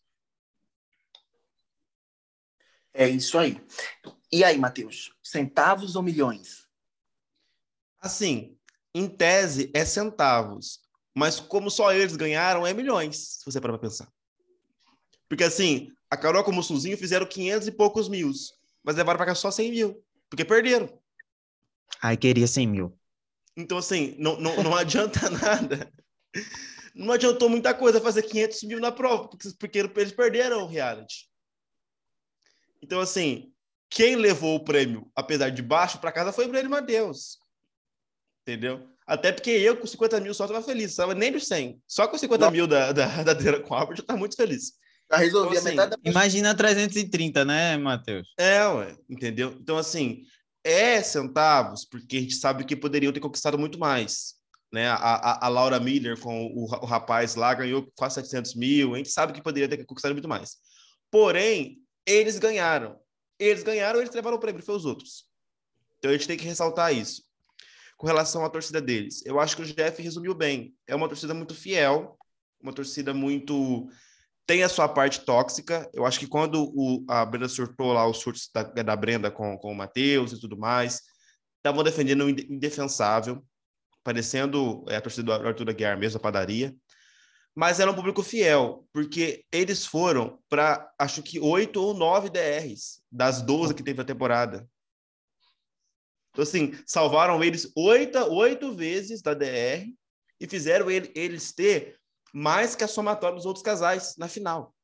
É isso aí. E aí, Matheus? Centavos ou milhões? Assim, em tese é centavos, mas como só eles ganharam, é milhões, se você parar pra pensar. Porque assim, a Carol com o Mussuzinho fizeram quinhentos e poucos mil, mas levaram pra cá só cem mil, porque perderam. Ai, queria cem mil. Então, assim, não, não, não adianta nada. Não adiantou muita coisa fazer quinhentos mil na prova, porque, porque eles perderam o reality. Então, assim, quem levou o prêmio, apesar de baixo, para casa foi o Breno Matheus. Entendeu? Até porque eu, com cinquenta mil, só estava feliz. Estava nem dos cem. Só com cinquenta mil da, da, da Adriana com a Albert, eu estava muito feliz. Já resolvi então, a assim, metade da... Imagina trezentos e trinta, né, Matheus? É, ué, entendeu? Então, assim, é centavos, porque a gente sabe que poderiam ter conquistado muito mais. Né? A, a, a Laura Miller com o, o rapaz lá ganhou quase setecentos mil. A gente sabe que poderia ter conquistado muito mais. Porém, eles ganharam. Eles ganharam, eles levaram o prêmio, foi os outros. Então, a gente tem que ressaltar isso. Com relação à torcida deles, eu acho que o Jeff resumiu bem. É uma torcida muito fiel, uma torcida muito... tem a sua parte tóxica. Eu acho que quando o, a Brenda surtou lá os surtos da, da Brenda com, com o Matheus e tudo mais, estavam defendendo o indefensável, parecendo é, a torcida do Arthur Aguiar mesmo, a padaria. Mas era um público fiel, porque eles foram para, acho que, oito ou nove D Rs, das doze que teve a temporada. Então, assim, salvaram eles oito, oito vezes da D R e fizeram ele, eles ter mais que a somatória dos outros casais na final.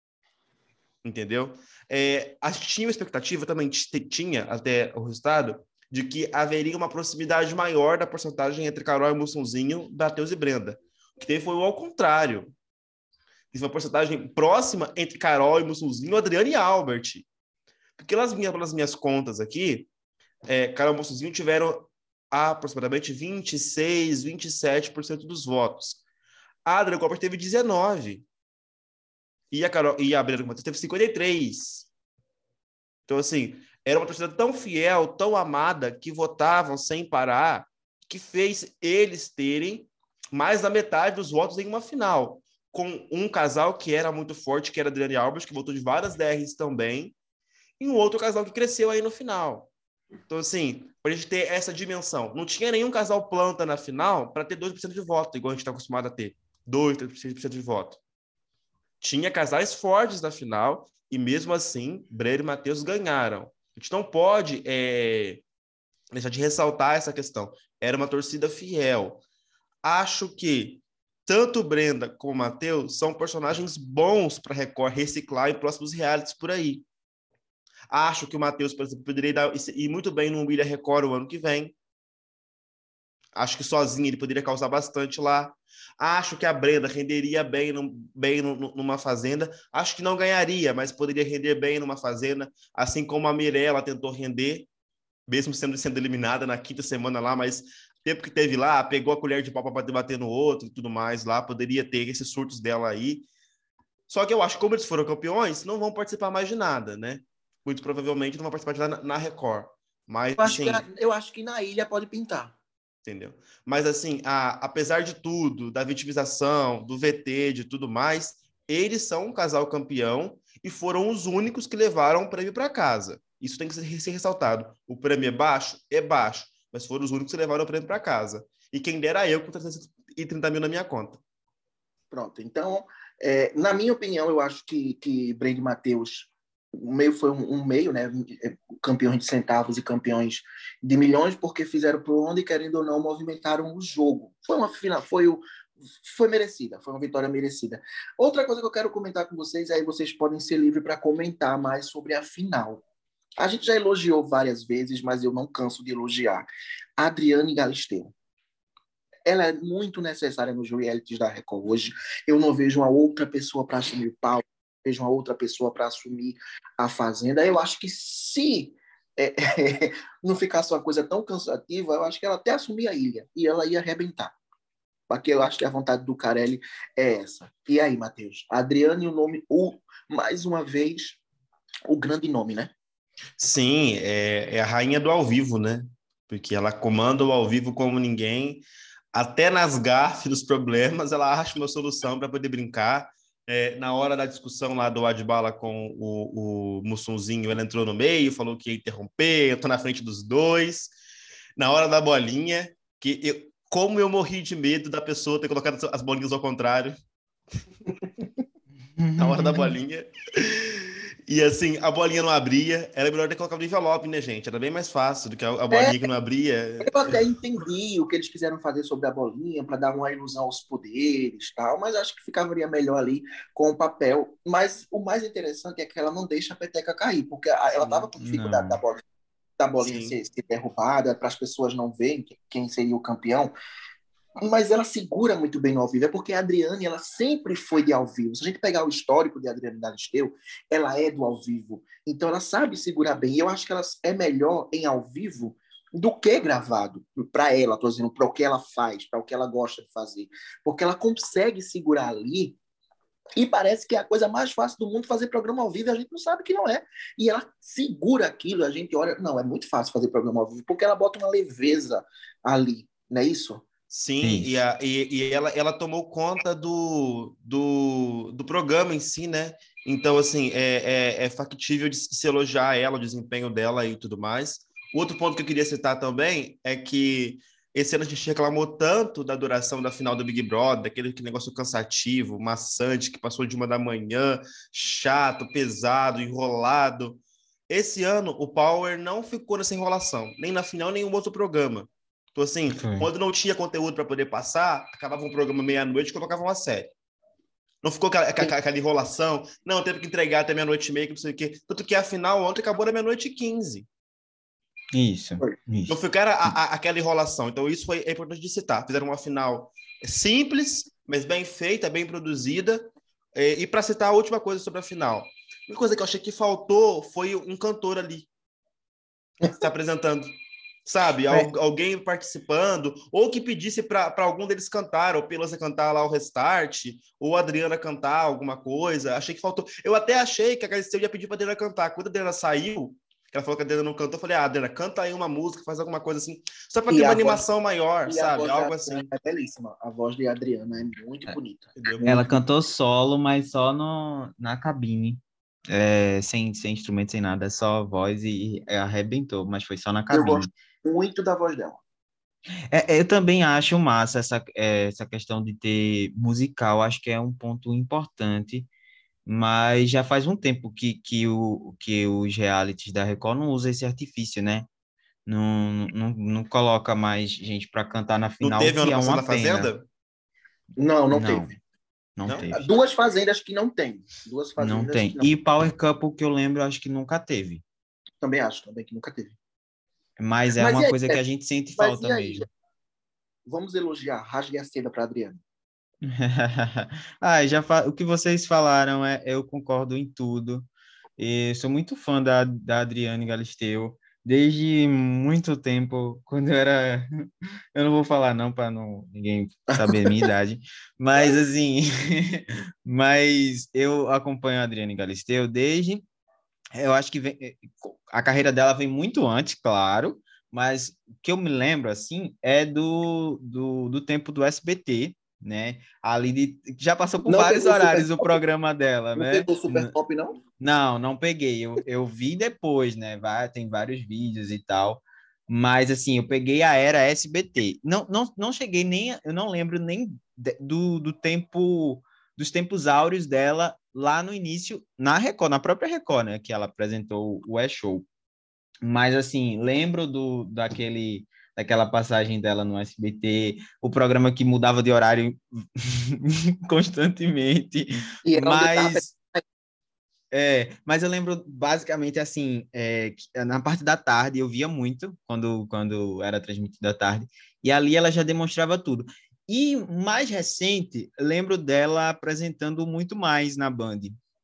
Entendeu? É, a, tinha uma expectativa, também tinha até o resultado, de que haveria uma proximidade maior da porcentagem entre Carol e Mussuzinho, Matheus e Brenda. O que teve foi ao contrário. Teve uma porcentagem próxima entre Carol e Mussuzinho, Adriana e Albert. Porque pelas minhas, pelas minhas contas aqui, é, Carol e Mussuzinho tiveram aproximadamente vinte e seis, vinte e sete por cento dos votos. A Adriana Copper teve dezenove. E a, Carol, e a Brenda Matheus teve cinquenta e três. Então, assim, era uma torcida tão fiel, tão amada, que votavam sem parar, que fez eles terem mais da metade dos votos em uma final. Com um casal que era muito forte, que era Adriana e Albert, que votou de várias D Rs também, e um outro casal que cresceu aí no final. Então, assim, para a gente ter essa dimensão. Não tinha nenhum casal planta na final para ter dois por cento de voto, igual a gente está acostumado a ter. dois, três por cento de voto. Tinha casais fortes na final e, mesmo assim, Breno e Matheus ganharam. A gente não pode é, deixar de ressaltar essa questão. Era uma torcida fiel. Acho que tanto Brenda como Matheus são personagens bons para Record reciclar em próximos realities por aí. Acho que o Matheus, por exemplo, poderia dar, ir muito bem no Humilha Record o ano que vem. Acho que sozinho ele poderia causar bastante lá. Acho que a Brenda renderia bem, num, bem numa fazenda. Acho que não ganharia, mas poderia render bem numa fazenda, assim como a Mirella tentou render, mesmo sendo, sendo eliminada na quinta semana lá, mas o tempo que teve lá, pegou a colher de pau para bater, bater no outro e tudo mais lá, poderia ter esses surtos dela aí. Só que eu acho que como eles foram campeões, não vão participar mais de nada, né? Muito provavelmente não vão participar de nada na, na Record. Mas, Eu acho, assim, que, a- eu acho que na ilha pode pintar. entendeu? Mas, assim, a, apesar de tudo, da vitimização, do V T, de tudo mais, eles são um casal campeão e foram os únicos que levaram o prêmio para casa. Isso tem que ser, ser ressaltado. O prêmio é baixo? É baixo. Mas foram os únicos que levaram o prêmio para casa. E quem dera eu com trezentos e trinta mil na minha conta. Pronto. Então, é, na minha opinião, eu acho que, que Brenda e Matheus, o meio foi um, um meio, né? Campeões de centavos e campeões de milhões, porque fizeram por onde, querendo ou não, movimentaram o jogo. Foi uma final, foi o foi merecida, foi uma vitória merecida. Outra coisa que eu quero comentar com vocês, aí vocês podem ser livres para comentar mais sobre a final. A gente já elogiou várias vezes, mas eu não canso de elogiar. A Adriane Galisteu. Ela é muito necessária nos realities da Record hoje. Eu não vejo uma outra pessoa para assumir o palco, vejo uma outra pessoa para assumir a Fazenda. Eu acho que se é, é, não ficasse uma coisa tão cansativa, eu acho que ela até assumia a ilha e ela ia arrebentar. Porque eu acho que a vontade do Carelli é essa. E aí, Matheus? A Adriane, o nome, o, mais uma vez, o grande nome, né? Sim, é, é a rainha do ao vivo, né? Porque ela comanda o ao vivo como ninguém. Até nas gafes dos problemas, ela acha uma solução para poder brincar. É, na hora da discussão lá do Adbala com o, o Mussunzinho, ela entrou no meio, falou que ia interromper, eu tô na frente dos dois. Na hora da bolinha, que eu, como eu morri de medo da pessoa ter colocado as bolinhas ao contrário. Na hora da bolinha. E assim, a bolinha não abria, era melhor ter colocado no envelope, né, gente? Era bem mais fácil do que a, a bolinha É, que não abria. eu até entendi o que eles quiseram fazer sobre a bolinha para dar uma ilusão aos poderes e tal, mas acho que ficaria melhor ali com o papel. Mas o mais interessante é que ela não deixa a peteca cair, porque ela estava Sim, com dificuldade da Não. bolinha, da bolinha sim. ser, ser derrubada, para as pessoas não verem quem seria o campeão. Mas ela segura muito bem no ao vivo. É porque a Adriane, ela sempre foi de ao vivo. Se a gente pegar o histórico de Adriane Galisteu, ela é do ao vivo. Então ela sabe segurar bem. E eu acho que ela é melhor em ao vivo do que gravado. Para ela, estou dizendo, para o que ela faz, para o que ela gosta de fazer. Porque ela consegue segurar ali e parece que é a coisa mais fácil do mundo fazer programa ao vivo, e a gente não sabe que não é. E ela segura aquilo, a gente olha, não, é muito fácil fazer programa ao vivo, porque ela bota uma leveza ali, não é isso? Sim, e, Isso. a, e, e ela, ela tomou conta do, do, do programa em si, né? Então, assim, é, é, é factível de se elogiar ela, o desempenho dela e tudo mais. Outro ponto que eu queria citar também é que esse ano a gente reclamou tanto da duração da final do Big Brother, aquele, aquele negócio cansativo, maçante, que passou de uma da manhã, chato, pesado, enrolado. Esse ano, o Power não ficou nessa enrolação, nem na final, nem em um outro programa. Então, assim, Foi. quando não tinha conteúdo para poder passar, acabava um programa meia-noite e colocava uma série. Não ficou aquela, aquela enrolação, não, teve que entregar até meia-noite e meia, que não sei o quê. Tanto que a final ontem acabou na meia-noite e quinze. Isso, Não isso. ficou a, a, aquela enrolação. Então, isso foi, é importante de citar. Fizeram uma final simples, mas bem feita, bem produzida. E, e para citar a última coisa sobre a final, uma coisa que eu achei que faltou foi um cantor ali se apresentando. Sabe, É, Al, alguém participando, ou que pedisse para algum deles cantar, ou Pelosa cantar lá o Restart, ou a Adriana cantar alguma coisa. Achei que faltou. Eu até achei que a Galisteu ia pedir para a Adriana cantar. Quando a Adriana saiu, que ela falou que a Adriana não cantou, eu falei, ah, Adriana, canta aí uma música, faz alguma coisa assim, só para ter e uma a voz, animação maior, e a sabe? voz da Algo Adriana assim, é belíssima. A voz de Adriana é muito É, bonita. entendeu? ela Muito bonita. cantou solo, mas só no, na cabine. É, sem, sem instrumento, sem nada, só voz e, e arrebentou, mas foi só na Eu cabine. gosto muito da voz dela. É, eu também acho massa essa, é, essa questão de ter musical, acho que é um ponto importante, mas já faz um tempo que, que, o, que os realities da Record não usam esse artifício, né? Não, não, não coloca mais gente para cantar na Não final, o teve que ano é passado uma na pena. Fazenda? Não, não Não, teve. não Não? teve. Duas fazendas que não tem. Duas Não fazendas que tem. não. E Power Couple, que eu lembro, acho que nunca teve. Também acho, também que nunca teve. Mas é Mas e uma aí, coisa que a gente sente mas falta e aí? mesmo. Vamos elogiar, rasgue a seda para Adriane. ah, já fa... O que vocês falaram, é, eu concordo em tudo. E sou muito fã da, da Adriane Galisteu, desde muito tempo, quando eu era... Eu não vou falar não, para não ninguém saber a minha idade, mas assim... mas eu acompanho a Adriane Galisteu desde... Eu acho que vem... a carreira dela vem muito antes, claro, mas o que eu me lembro, assim, é do, do, do tempo do S B T, né? Ali de... já passou por Não vários pegou super horários o top? programa dela, Não né? pegou super top, não? Não, não peguei. Eu, eu vi depois, né? Vai, tem vários vídeos e tal. Mas, assim, eu peguei a era S B T. Não, não, não cheguei nem... a- Eu não lembro nem de- do, do tempo... Dos tempos áureos dela lá no início, na Record, na própria Record, né? Que ela apresentou o E-Show. Mas, assim, lembro do, daquele, daquela passagem dela no S B T, o programa que mudava de horário constantemente. E ela onde tá? Mas... É, mas eu lembro basicamente assim, é, que, é, na parte da tarde eu via muito quando, quando era transmitido à tarde, e ali ela já demonstrava tudo. E mais recente, lembro dela apresentando muito mais na Band.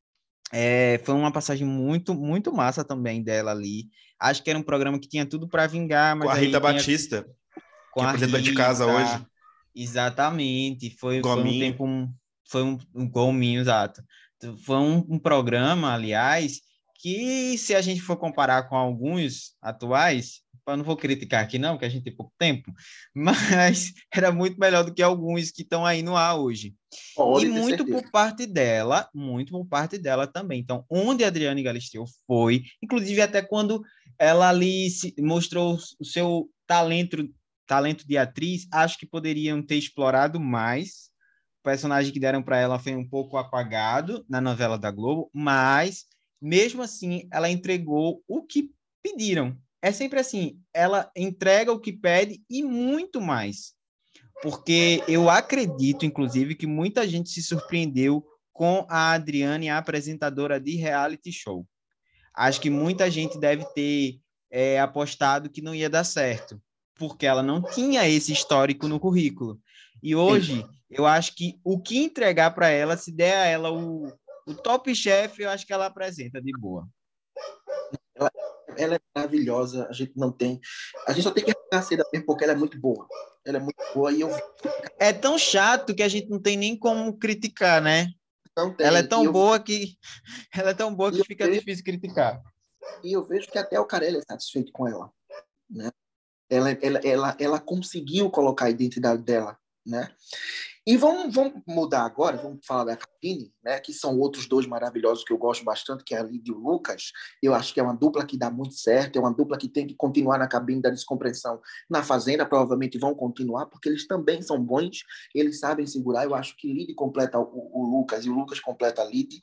É, foi uma passagem muito, muito massa também dela ali. Acho que era um programa que tinha tudo para vingar, Com mas a Rita aí tinha Batista, com que é a apresentadora de casa Rita, hoje. exatamente. Foi, foi um Gominho. tempo, um- foi um, um gominho, exato. Foi um, um programa, aliás, que se a gente for comparar com alguns atuais, eu não vou criticar aqui não, que a gente tem pouco tempo, mas era muito melhor do que alguns que estão aí no ar hoje. E Pode ter muito certeza. por parte dela, muito por parte dela também. Então, onde a Adriane Galisteu foi, inclusive até quando ela ali se mostrou o seu talento, talento de atriz, acho que poderiam ter explorado mais. O personagem que deram para ela foi um pouco apagado na novela da Globo, mas mesmo assim ela entregou o que pediram. É sempre assim, ela entrega o que pede e muito mais. Porque eu acredito, inclusive, que muita gente se surpreendeu com a Adriane, a apresentadora de reality show. Acho que muita gente deve ter é, apostado que não ia dar certo, porque ela não tinha esse histórico no currículo. E hoje, eu acho que o que entregar para ela, se der a ela o, o top chef, eu acho que ela apresenta de boa. Ela, ela é maravilhosa, a gente não tem. A gente só tem que arrancar a seda mesmo porque ela é muito boa. Ela é muito boa e eu É tão chato que a gente não tem nem como criticar, né? não Ela é tem. E tão eu, boa que ela é tão boa e que eu, fica vejo, difícil criticar. e eu vejo que até o Carelli é satisfeito com ela, né? Ela, ela, ela, ela conseguiu colocar a identidade dela, né? E vamos, vamos mudar agora, vamos falar da Cabine, né? Que são outros dois maravilhosos que eu gosto bastante, que é a Lídia e o Lucas. Eu acho que é uma dupla que dá muito certo, é uma dupla que tem que continuar na Cabine da Descompressão. Na Fazenda, provavelmente vão continuar, porque eles também são bons, eles sabem segurar. Eu acho que Lídia completa o, o Lucas e o Lucas completa a Lídia.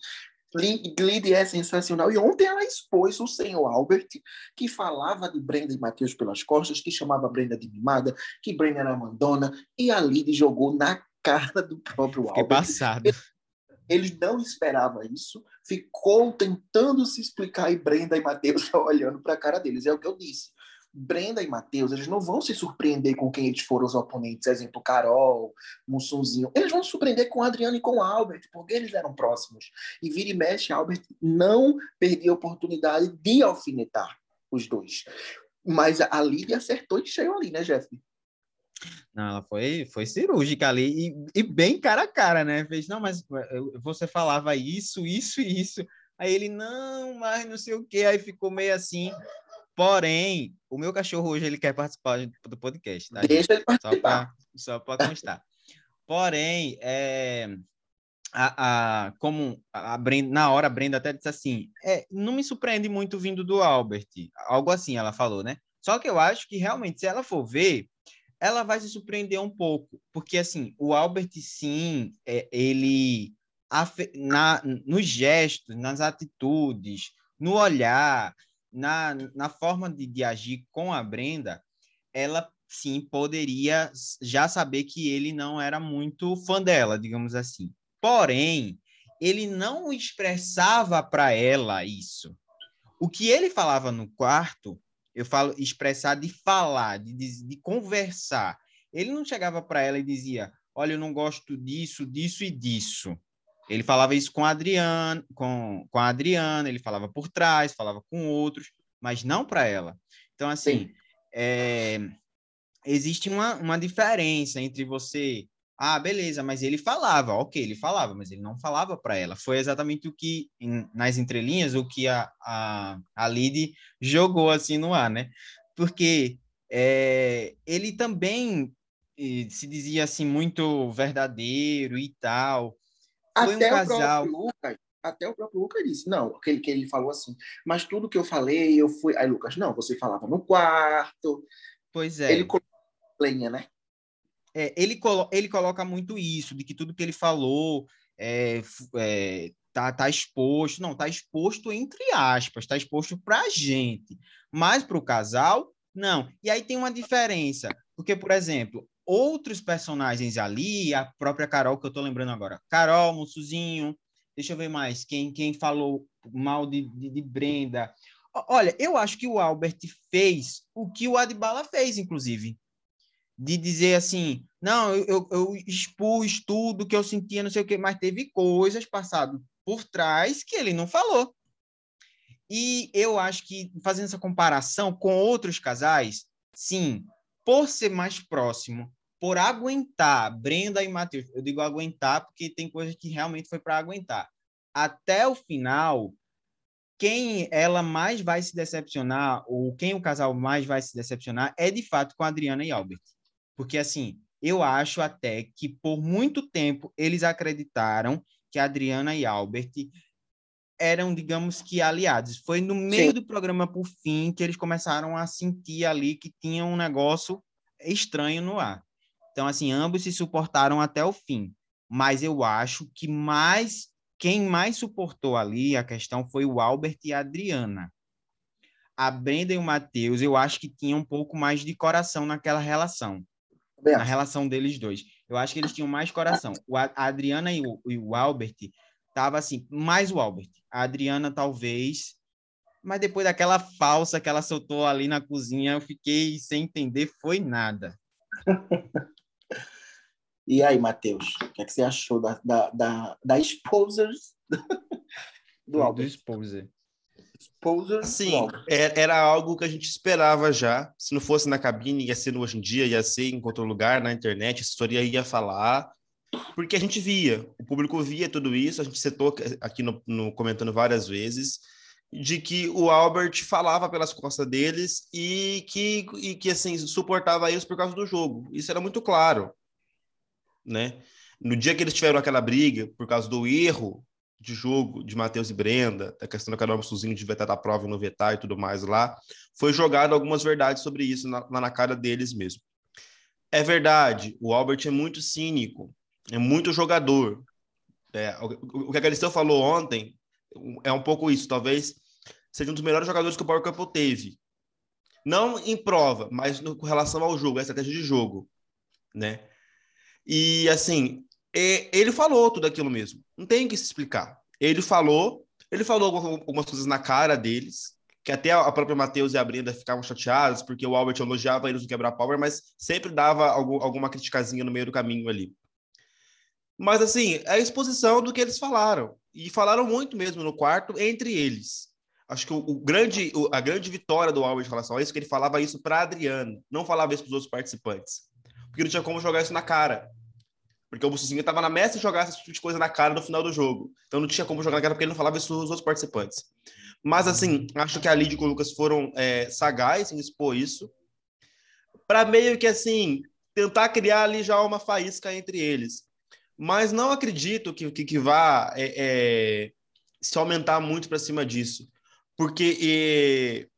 Lid é sensacional. E ontem ela expôs o senhor Albert, que falava de Brenda e Matheus pelas costas, que chamava Brenda de mimada, que Brenda era mandona, e a Lid jogou na cara do próprio Fiquei Albert. passado. Ele não esperava isso, ficou tentando se explicar e Brenda e Matheus olhando para a cara deles. É o que eu disse. Brenda e Matheus, eles não vão se surpreender com quem eles foram os oponentes, exemplo, Carol, Mussunzinho. Eles vão se surpreender com Adriano e com Albert, porque eles eram próximos. E vira e mexe, Albert não perdia a oportunidade de alfinetar os dois. Mas a Lídia acertou e cheio ali, né, Jeff? Não, ela foi, foi cirúrgica ali e, e bem cara a cara, né? Fez, não, mas você falava isso, isso e isso. Aí ele, não, mas não sei o quê. Aí ficou meio assim. Porém, o meu cachorro hoje ele quer participar do podcast, tá, gente? Deixa ele Só participar. para só para constar. Porém, é, a, a, como a Brenda, na hora a Brenda até disse assim, é, não me surpreende muito vindo do Albert. Algo assim ela falou, né? Só que eu acho que realmente, se ela for ver, ela vai se surpreender um pouco, porque assim, o Albert sim, é, ele na, nos gestos, nas atitudes, no olhar, na, na forma de, de agir com a Brenda, ela sim poderia já saber que ele não era muito fã dela, digamos assim. Porém, ele não expressava para ela isso. O que ele falava no quarto, eu falo expressar de falar, de, de, de conversar. ele não chegava para ela e dizia, olha, eu não gosto disso, disso e disso. Ele falava isso com a Adriana, com, com a Adriana, ele falava por trás, falava com outros, mas não para ela. Então, assim, é, existe uma, uma diferença entre você... Ah, beleza, mas ele falava, ok, ele falava, mas ele não falava para ela. Foi exatamente o que, em, nas entrelinhas, o que a, a, a Lid jogou assim no ar, né? Porque é, ele também eh, se dizia assim muito verdadeiro e tal. Foi um Até o casal... próprio Lucas, até o próprio Lucas disse, não, aquele que ele falou assim, mas tudo que eu falei, eu fui. Aí, Lucas, não, você falava no quarto. Pois Ele é. colocou lenha, né? É, ele, colo ele coloca muito isso, de que tudo que ele falou é, é, tá, tá exposto, não, tá exposto entre aspas, tá exposto pra gente, mas pro casal, não. E aí tem uma diferença, porque, por exemplo, outros personagens ali, a própria Carol, que eu tô lembrando agora, Carol, Mussuzinho, deixa eu ver mais, quem, quem falou mal de, de, de Brenda. Olha, eu acho que o Albert fez o que o Adbala fez, inclusive, de dizer assim, não, eu, eu, eu expus tudo que eu sentia, não sei o quê, mas teve coisas passadas por trás que ele não falou. E eu acho que, fazendo essa comparação com outros casais, sim, por ser mais próximo, por aguentar Brenda e Matheus, eu digo aguentar porque tem coisas que realmente foi para aguentar. Até o final, quem ela mais vai se decepcionar, ou quem o casal mais vai se decepcionar, é de fato com a Adriana e Albert. Porque, assim, eu acho até que por muito tempo eles acreditaram que a Adriana e Albert eram, digamos que, aliados. Foi no meio Sim. do programa, por fim, que eles começaram a sentir ali que tinha um negócio estranho no ar. Então, assim, ambos se suportaram até o fim. Mas eu acho que mais quem mais suportou ali a questão foi o Albert e a Adriana. A Brenda e o Matheus, eu acho que tinham um pouco mais de coração naquela relação. Também Na acho. relação deles dois. Eu acho que eles tinham mais coração. O, a Adriana e o, e o Albert tava assim, mais o Albert. A Adriana talvez, mas depois daquela falsa que ela soltou ali na cozinha, eu fiquei sem entender, foi nada. E aí, Matheus, o que, é que você achou da, da, da, da Exposers do Foi do Albert? Sposer. Exposers do Assim, Albert. é- era algo que a gente esperava já. Se não fosse na cabine, ia ser no Hoje em Dia, ia ser em outro lugar, na internet, a história ia falar, porque a gente via, o público via tudo isso, a gente citou aqui no, no comentando várias vezes, de que o Albert falava pelas costas deles e que, e que assim, suportava eles por causa do jogo. Isso era muito claro, né? No dia que eles tiveram aquela briga por causa do erro de jogo de Matheus e Brenda, da questão do Carol Mussuzinho de vetar a prova e não vetar e tudo mais lá, foi jogado algumas verdades sobre isso na, na cara deles mesmo. É verdade, o Albert é muito cínico, é muito jogador. É, o, o que a Galisteu falou ontem é um pouco isso, talvez seja um dos melhores jogadores que o Power Couple teve. Não em prova, mas no, com relação ao jogo, a estratégia de jogo, né? E, assim, ele falou tudo aquilo mesmo. Não tem o que se explicar. Ele falou, ele falou algumas coisas na cara deles, que até a própria Matheus e a Brenda ficavam chateados, porque o Albert elogiava eles no quebra-power, mas sempre dava algum, alguma criticazinha no meio do caminho ali. Mas, assim, é a exposição do que eles falaram. E falaram muito mesmo no quarto, entre eles. Acho que o, o grande, o, a grande vitória do Albert em relação a isso é que ele falava isso para a Adriana, não falava isso para os outros participantes. Porque não tinha como jogar isso na cara. Porque o Mussuzinho estava na mesa e jogar esse tipo de coisa na cara no final do jogo. Então não tinha como jogar na cara porque ele não falava isso aos outros participantes. Mas, assim, acho que a Lid e o Lucas foram é, sagazes em expor isso. Para meio que, assim, tentar criar ali já uma faísca entre eles. Mas não acredito que, que, que vá é, é, se aumentar muito para cima disso. Porque e,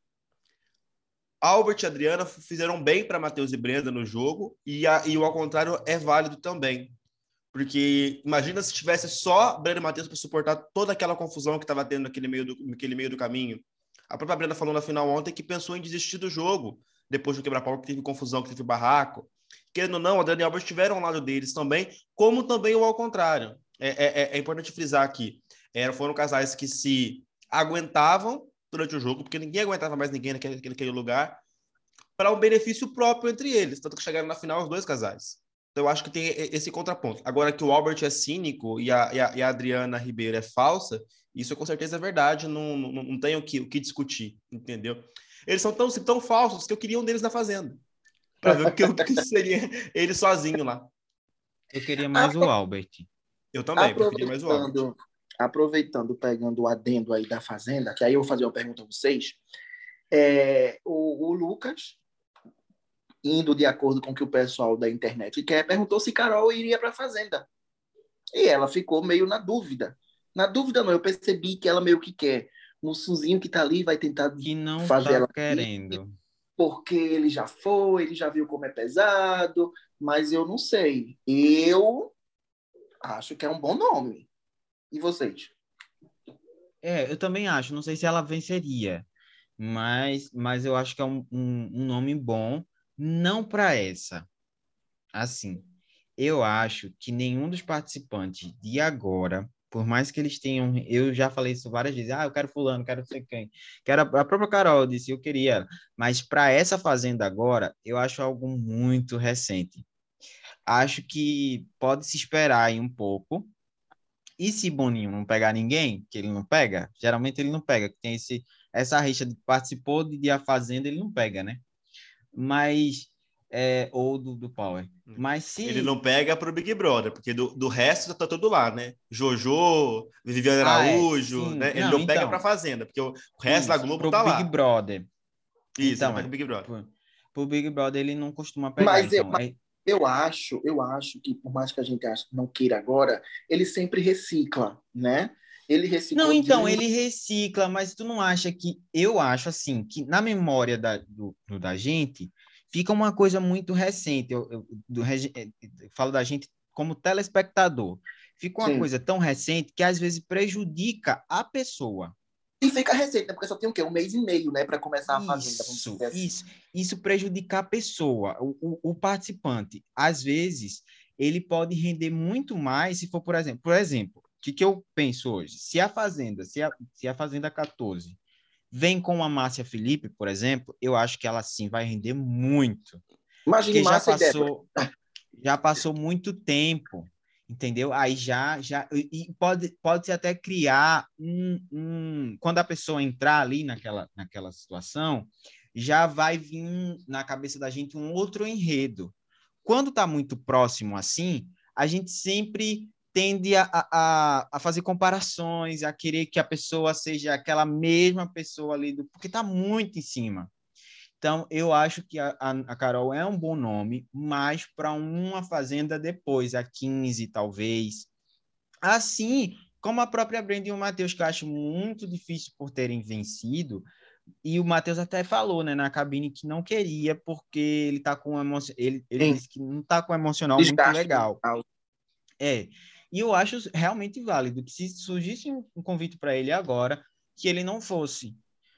Albert e Adriana fizeram bem para Matheus e Brenda no jogo, e, a, e o ao contrário é válido também. Porque imagina se tivesse só Brenda e Matheus para suportar toda aquela confusão que estava tendo naquele meio, do, naquele meio do caminho. A própria Brenda falou na final ontem que pensou em desistir do jogo depois do quebra-pau, que teve confusão, que teve barraco. Querendo ou não, a Adriana e Albert tiveram ao lado deles também, como também o ao contrário. É, é, é importante frisar aqui. É, foram casais que se aguentavam durante o jogo, porque ninguém aguentava mais ninguém naquele, naquele lugar, para um benefício próprio entre eles, tanto que chegaram na final os dois casais. Então, eu acho que tem esse contraponto. Agora que o Albert é cínico e a, e a, e a Adriana Ribeiro é falsa, isso com certeza é verdade, não, não, não tem o que, o que discutir, entendeu? Eles são tão, tão falsos que eu queria um deles na Fazenda, para ver o que, o que seria ele sozinho lá. Eu queria mais o Albert. Eu também, preferia mais o Albert. Aproveitando, aproveitando, pegando o adendo aí da Fazenda, que aí eu vou fazer uma pergunta a vocês. É, o, o Lucas, indo de acordo com o que o pessoal da internet quer, perguntou se Carol iria para a Fazenda. E ela ficou meio na dúvida. Na dúvida não, eu percebi que ela meio que quer. O Suzinho que tá ali vai tentar Que não fazer tá ela ir, querendo. porque ele já foi, ele já viu como é pesado, mas eu não sei. Eu acho que é um bom nome. E vocês? É, eu também acho. Não sei se ela venceria, mas, mas eu acho que é um, um, um nome bom, não para essa. Assim, eu acho que nenhum dos participantes de agora, por mais que eles tenham, eu já falei isso várias vezes, ah, eu quero fulano, quero não sei quem, quero a, a própria Carol disse, eu queria ela, mas para essa Fazenda agora, eu acho algo muito recente. Acho que pode se esperar aí um pouco. E se Boninho não pegar ninguém, que ele não pega, geralmente ele não pega, que tem esse, essa rixa de participou de, de A Fazenda, ele não pega, né? Mas, é, ou do, do Power. Mas Ele se... não pega pro Big Brother, porque do, do resto tá tudo lá, né? Jojo, Viviane Ah, é, Araújo, sim. né? Ele Não, não pega pra então, Fazenda, porque o, o resto da isso, Globo pro tá Big lá. Brother. Isso, ele não Então, pega é, o Big Brother. pro, pro Big Brother ele não costuma pegar, Mas eu, então, mas é... eu acho, eu acho que por mais que a gente ache- não queira agora, ele sempre recicla, né? Ele Não, reciclou então, de ele recicla, mas tu não acha que... Eu acho, assim, que na memória da, do, do- da gente, fica uma coisa muito recente. Eu, eu, do, regi- eh, eu falo da gente como telespectador. Fica uma sim. coisa tão recente que às vezes prejudica a pessoa. E fica recente, né? Porque só tem o quê? Um mês e meio, né? Para começar a Fazenda, vamos Isso, dizer assim. isso. Isso prejudica a pessoa, o, o, o participante. Às vezes, ele pode render muito mais se for, por exemplo, por exemplo, o que, que eu penso hoje? Se a Fazenda, se a, se a Fazenda quatorze vem com a Márcia Felipe, por exemplo, eu acho que ela sim vai render muito, Imagine porque já Márcia e Débora. passou, já passou muito tempo, entendeu? Aí já, já e pode, pode até criar um, um, quando a pessoa entrar ali naquela, naquela situação, já vai vir na cabeça da gente um outro enredo. Quando está muito próximo assim, a gente sempre tende a, a, a fazer comparações, a querer que a pessoa seja aquela mesma pessoa ali, do, porque está muito em cima. Então, eu acho que a, a, a Carol é um bom nome, mas para uma fazenda depois, a quinze, talvez. Assim como a própria Brenda e o Matheus, que eu acho muito difícil por terem vencido. E o Matheus até falou, né, na cabine que não queria, porque ele tá com emo... ele, ele Sim. disse que não tá com um emocional muito Desgaste legal. mental. É. E eu acho realmente válido que se surgisse um convite para ele agora, que ele não fosse.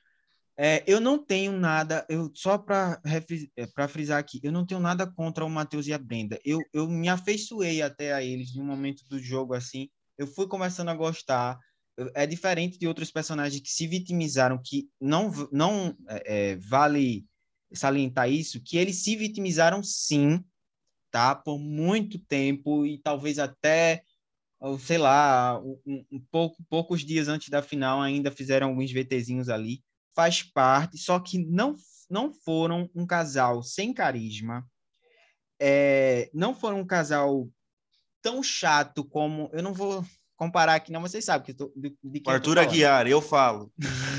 É, eu não tenho nada, eu só para para frisar aqui, eu não tenho nada contra o Matheus e a Brenda. Eu, eu me afeiçoei até a eles em um momento do jogo assim. Eu fui começando a gostar. É diferente de outros personagens que se vitimizaram, que não não é, vale salientar isso, que eles se vitimizaram sim, tá? Por muito tempo e talvez até ou sei lá, um, um pouco, poucos dias antes da final ainda fizeram alguns VTzinhos ali, faz parte, só que não, não foram um casal sem carisma, é, não foram um casal tão chato como, eu não vou comparar aqui não, vocês sabem que tô, de, de O quem eu tô Arthur falando. Aguiar, eu falo.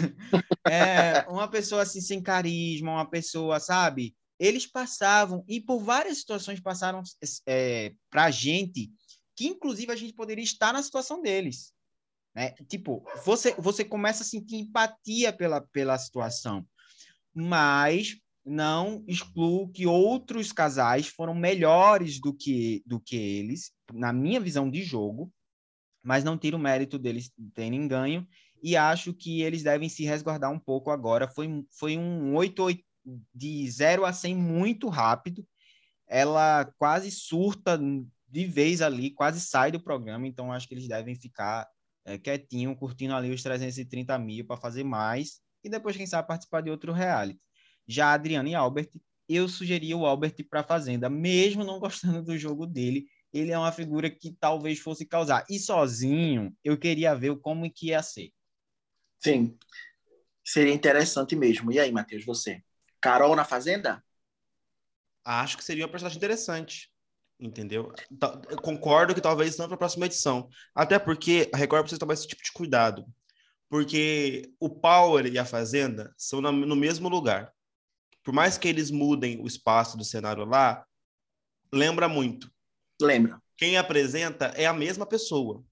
É, uma pessoa assim sem carisma, uma pessoa, sabe? Eles passavam, e por várias situações passaram é, para a gente, que inclusive a gente poderia estar na situação deles. Né? Tipo, você, você começa a sentir empatia pela, pela situação, mas não excluo que outros casais foram melhores do que, do que eles, na minha visão de jogo, mas não tiro o mérito deles terem ganho, e acho que eles devem se resguardar um pouco agora. Foi, foi um oito de zero a cem muito rápido, ela quase surta de vez ali, quase sai do programa, então acho que eles devem ficar é, quietinho, curtindo ali os trezentos e trinta mil para fazer mais, e depois, quem sabe, participar de outro reality. Já a Adriana e Albert, eu sugeri o Albert para a Fazenda, mesmo não gostando do jogo dele. Ele é uma figura que talvez fosse causar. E sozinho, eu queria ver como que ia ser. Sim, seria interessante mesmo. E aí, Matheus, você? Carol na Fazenda? Acho que seria uma personagem interessante, entendeu? Eu concordo que talvez não para a próxima edição. Até porque a Record precisa tomar esse tipo de cuidado. Porque o Power e a Fazenda são no mesmo lugar. Por mais que eles mudem o espaço do cenário lá, lembra muito. Lembra. Quem apresenta é a mesma pessoa.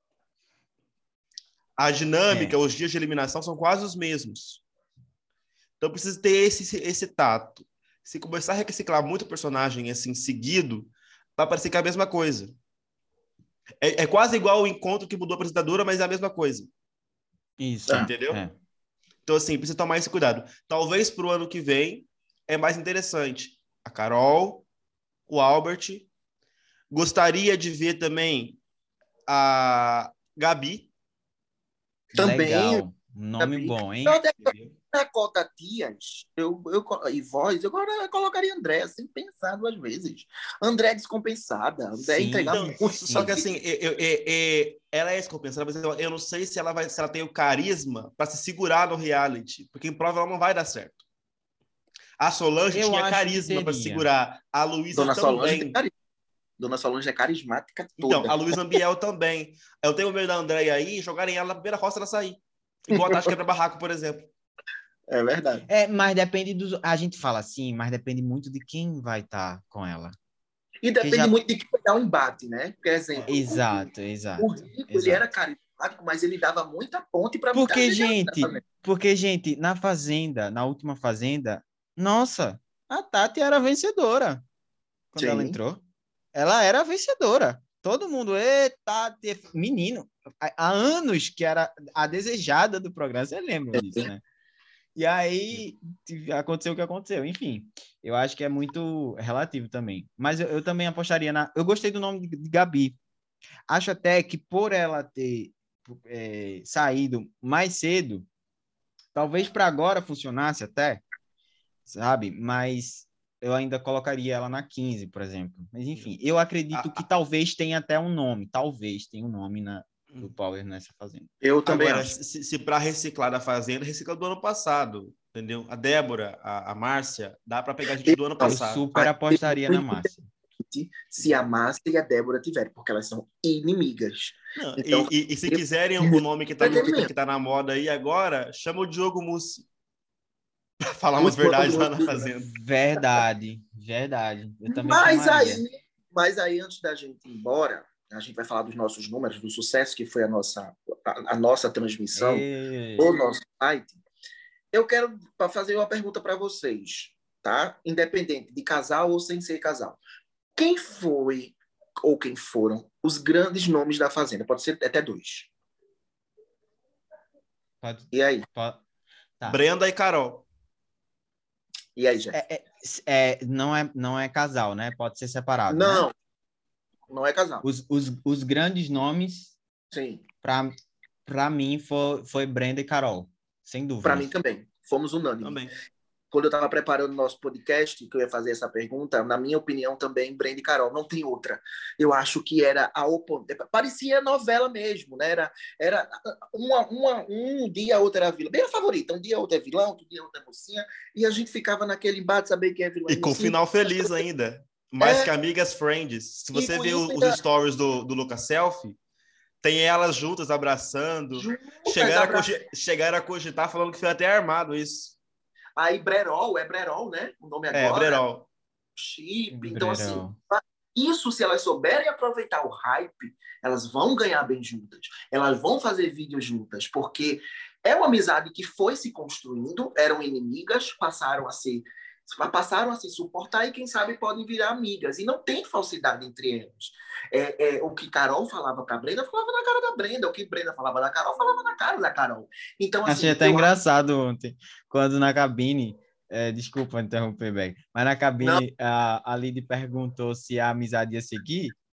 A dinâmica, é. Os dias de eliminação são quase os mesmos. Então precisa ter esse, esse tato. Se começar a reciclar muito personagem assim seguido, vai parecer que é a mesma coisa. É, é quase igual o encontro que mudou a apresentadora, mas é a mesma coisa. Isso. Entendeu? É. Então, assim, precisa tomar esse cuidado. Talvez para o ano que vem é mais interessante. A Carol, o Albert. Gostaria de ver também a Gabi. Também. Legal. Nome Gabi. Bom, hein? Dakota Dias, eu, eu, e voz, eu agora colocaria André, sem pensar duas vezes. André é descompensada, André entregar então, muito. Só que assim, eu, eu, eu, ela é descompensada, mas eu, eu não sei se ela, vai, se ela tem o carisma para se segurar no reality, porque em prova ela não vai dar certo. A Solange eu tinha carisma para segurar, a Luísa Dona também. Solange tem carisma. Dona Solange é carismática toda. Então, a Luísa Ambiel também. Eu tenho medo da Andréia aí, jogarem ela na primeira roça ela sair. Igual a Tati Quebra-Barraco, por exemplo. É verdade. É, mas depende dos... A gente fala assim, mas depende muito de quem vai estar tá com ela. E depende já... muito de quem vai dar um embate, né? Por exemplo, exato, o, exato. O Rico, exato. ele era carismático, mas ele dava muita ponte para muita porque, gente, porque, gente, na Fazenda, na última Fazenda, nossa, a Tati era vencedora quando Sim. ela entrou. Ela era vencedora. Todo mundo, eita, menino, há anos que era a desejada do programa, você lembra disso, né? E aí aconteceu o que aconteceu. Enfim, eu acho que é muito relativo também. Mas eu, eu também apostaria na... Eu gostei do nome de, de Gabi. Acho até que por ela ter é, saído mais cedo, talvez para agora funcionasse até, sabe? Mas eu ainda colocaria ela na quinze, por exemplo. Mas enfim, eu acredito que talvez tenha até um nome. Talvez tenha um nome na, do Power nessa Fazenda. Eu também Agora, acho. se, se para reciclar da Fazenda, recicla do ano passado, entendeu? A Débora, a, a Márcia, dá para pegar a gente do ano passado. Eu super apostaria na Márcia. Se a Márcia e a Débora tiverem, porque elas são inimigas. Não, então, e, e, e se eu... quiserem o nome que está que, que tá na moda aí agora, chama o Diogo Mussi. Para falar umas verdades lá na Fazenda. Verdade, verdade. Eu também mas chamaria. aí, mas aí, antes da gente ir embora, a gente vai falar dos nossos números, do sucesso que foi a nossa, a, a nossa transmissão, Ei. o nosso site. Eu quero fazer uma pergunta para vocês, tá? Independente de casal ou sem ser casal. Quem foi ou quem foram os grandes nomes da Fazenda? Pode ser até dois. Pode, e aí? Pode, tá. Brenda e Carol. E aí, Jeff? É, é, é, não, é, não é casal, né? Pode ser separado. Não, né? não é casal. Os, os, os grandes nomes, sim, para mim, foi, foi Brenda e Carol, sem dúvida. Para mim também. Fomos unânimes. Também. Quando eu estava preparando o nosso podcast, que eu ia fazer essa pergunta, na minha opinião também, Brenda e Carol, não tem outra. Eu acho que era a oponente. Parecia novela mesmo, né? Era, era uma, uma, um dia a outra era vilã. Bem a favorita. Um dia a outra é vilão, outro dia a outra é mocinha. E a gente ficava naquele embate, saber quem é vilão. E com final feliz ainda. Mais é... que amigas friends. Se você ver os ainda... stories do, do Lucas Selfie, tem elas juntas abraçando. Juntas, chegaram, abraçando. A cogitar, chegaram a cogitar falando que foi até armado isso. Aí Brerol, é Brerol, né? O nome agora. É, Brerol. Chip. Então, assim, isso, se elas souberem aproveitar o hype, elas vão ganhar bem juntas. Elas vão fazer vídeos juntas, porque é uma amizade que foi se construindo, eram inimigas, passaram a ser passaram a se suportar e, quem sabe, podem virar amigas. E não tem falsidade entre elas. É, é, o que Carol falava para Brenda, falava na cara da Brenda. O que Brenda falava da Carol, falava na cara da Carol. Então, assim, achei até engraçado acho... ontem, quando na cabine, é, desculpa interromper, Beck, mas na cabine a, a Lid perguntou se a amizade ia seguir,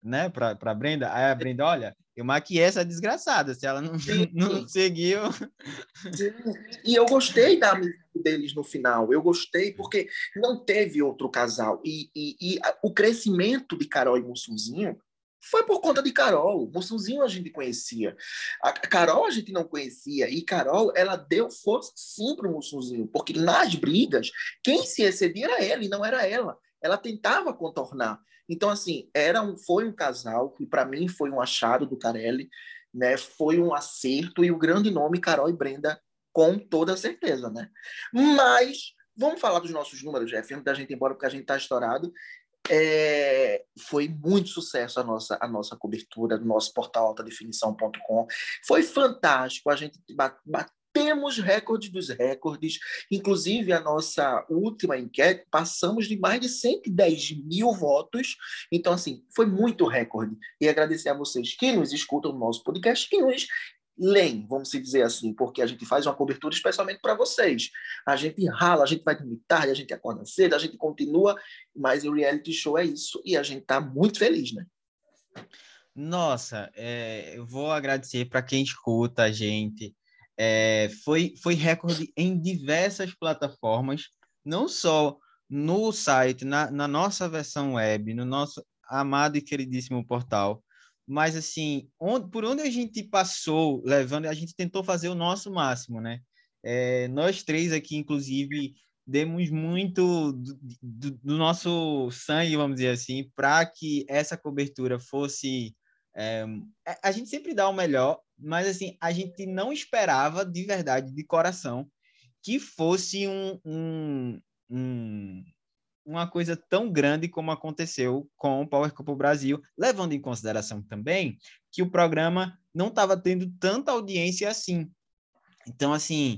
né, para para Brenda. Aí a Brenda, olha, eu maquiei essa desgraçada, se ela não, não seguiu. Sim. E eu gostei da amizade deles no final. Eu gostei porque não teve outro casal. E, e, e a- o crescimento de Carol e Mussunzinho foi por conta de Carol. Mussunzinho a gente conhecia. A Carol a gente não conhecia. E Carol, ela deu força sim para o Mussunzinho. Porque nas brigas, quem se excedia era ele, não era ela. Ela tentava contornar. Então, assim, era um, foi um casal que, para mim, foi um achado do Carelli, né? Foi um acerto e o grande nome Carol e Brenda com toda certeza, né? Mas vamos falar dos nossos números, Jeff, antes da gente ir embora, porque a gente está estourado. É, foi muito sucesso a nossa, a nossa cobertura do nosso portal alta definição ponto com. Foi fantástico, a gente batemos recordes dos recordes, inclusive a nossa última enquete, passamos de mais de cento e dez mil votos, então assim, foi muito recorde, e agradecer a vocês que nos escutam no nosso podcast, que nos leem, vamos dizer assim, porque a gente faz uma cobertura especialmente para vocês. A gente rala, a gente vai dormir tarde, a gente acorda cedo, a gente continua, mas o reality show é isso e a gente está muito feliz, né? Nossa, é, eu vou agradecer para quem escuta a gente. É, foi, foi recorde em diversas plataformas, não só no site, na, na nossa versão web, no nosso amado e queridíssimo portal, mas assim, onde, por onde a gente passou, levando, a gente tentou fazer o nosso máximo, né? É, nós três aqui, inclusive, demos muito do, do, do nosso sangue, vamos dizer assim, para que essa cobertura fosse é, a gente sempre dá o melhor, mas assim, a gente não esperava de verdade, de coração, que fosse um, um, um, uma coisa tão grande como aconteceu com o Power Couple Brasil, levando em consideração também que o programa não estava tendo tanta audiência assim. Então, assim,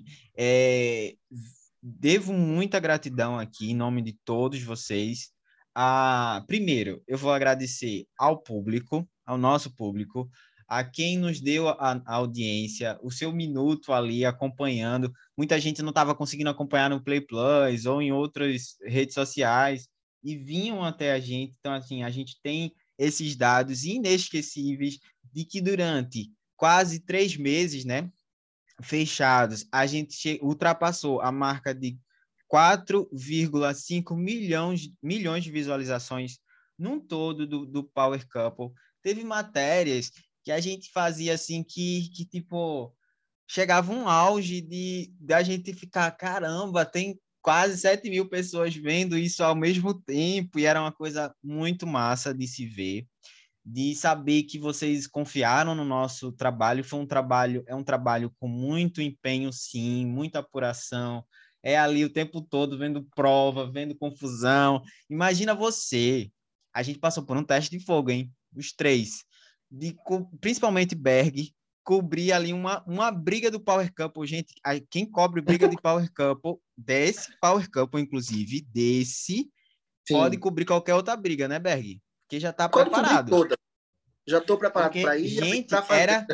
é, devo muita gratidão aqui em nome de todos vocês. A, primeiro, eu vou agradecer ao público, ao nosso público, a quem nos deu a, a audiência, o seu minuto ali acompanhando. Muita gente não estava conseguindo acompanhar no Play Plus ou em outras redes sociais e vinham até a gente. Então, assim, a gente tem esses dados inesquecíveis de que durante quase três meses, né, fechados, a gente ultrapassou a marca de quatro vírgula cinco milhões, milhões de visualizações num todo do, do Power Couple. Teve matérias que a gente fazia assim que, que tipo, chegava um auge de, de a gente ficar, caramba, tem quase sete mil pessoas vendo isso ao mesmo tempo, e era uma coisa muito massa de se ver, de saber que vocês confiaram no nosso trabalho. Foi um trabalho, é um trabalho com muito empenho, sim, muita apuração. É ali o tempo todo vendo prova, vendo confusão. Imagina você. A gente passou por um teste de fogo, hein? Os três. De, principalmente Berg, cobrir ali uma, uma briga do Power Couple. Gente, quem cobre briga de Power Couple, desse Power Couple, inclusive, desse, Sim. pode cobrir qualquer outra briga, né, Berg? Porque já está preparado. Toda. Já estou preparado para ir. Gente, era...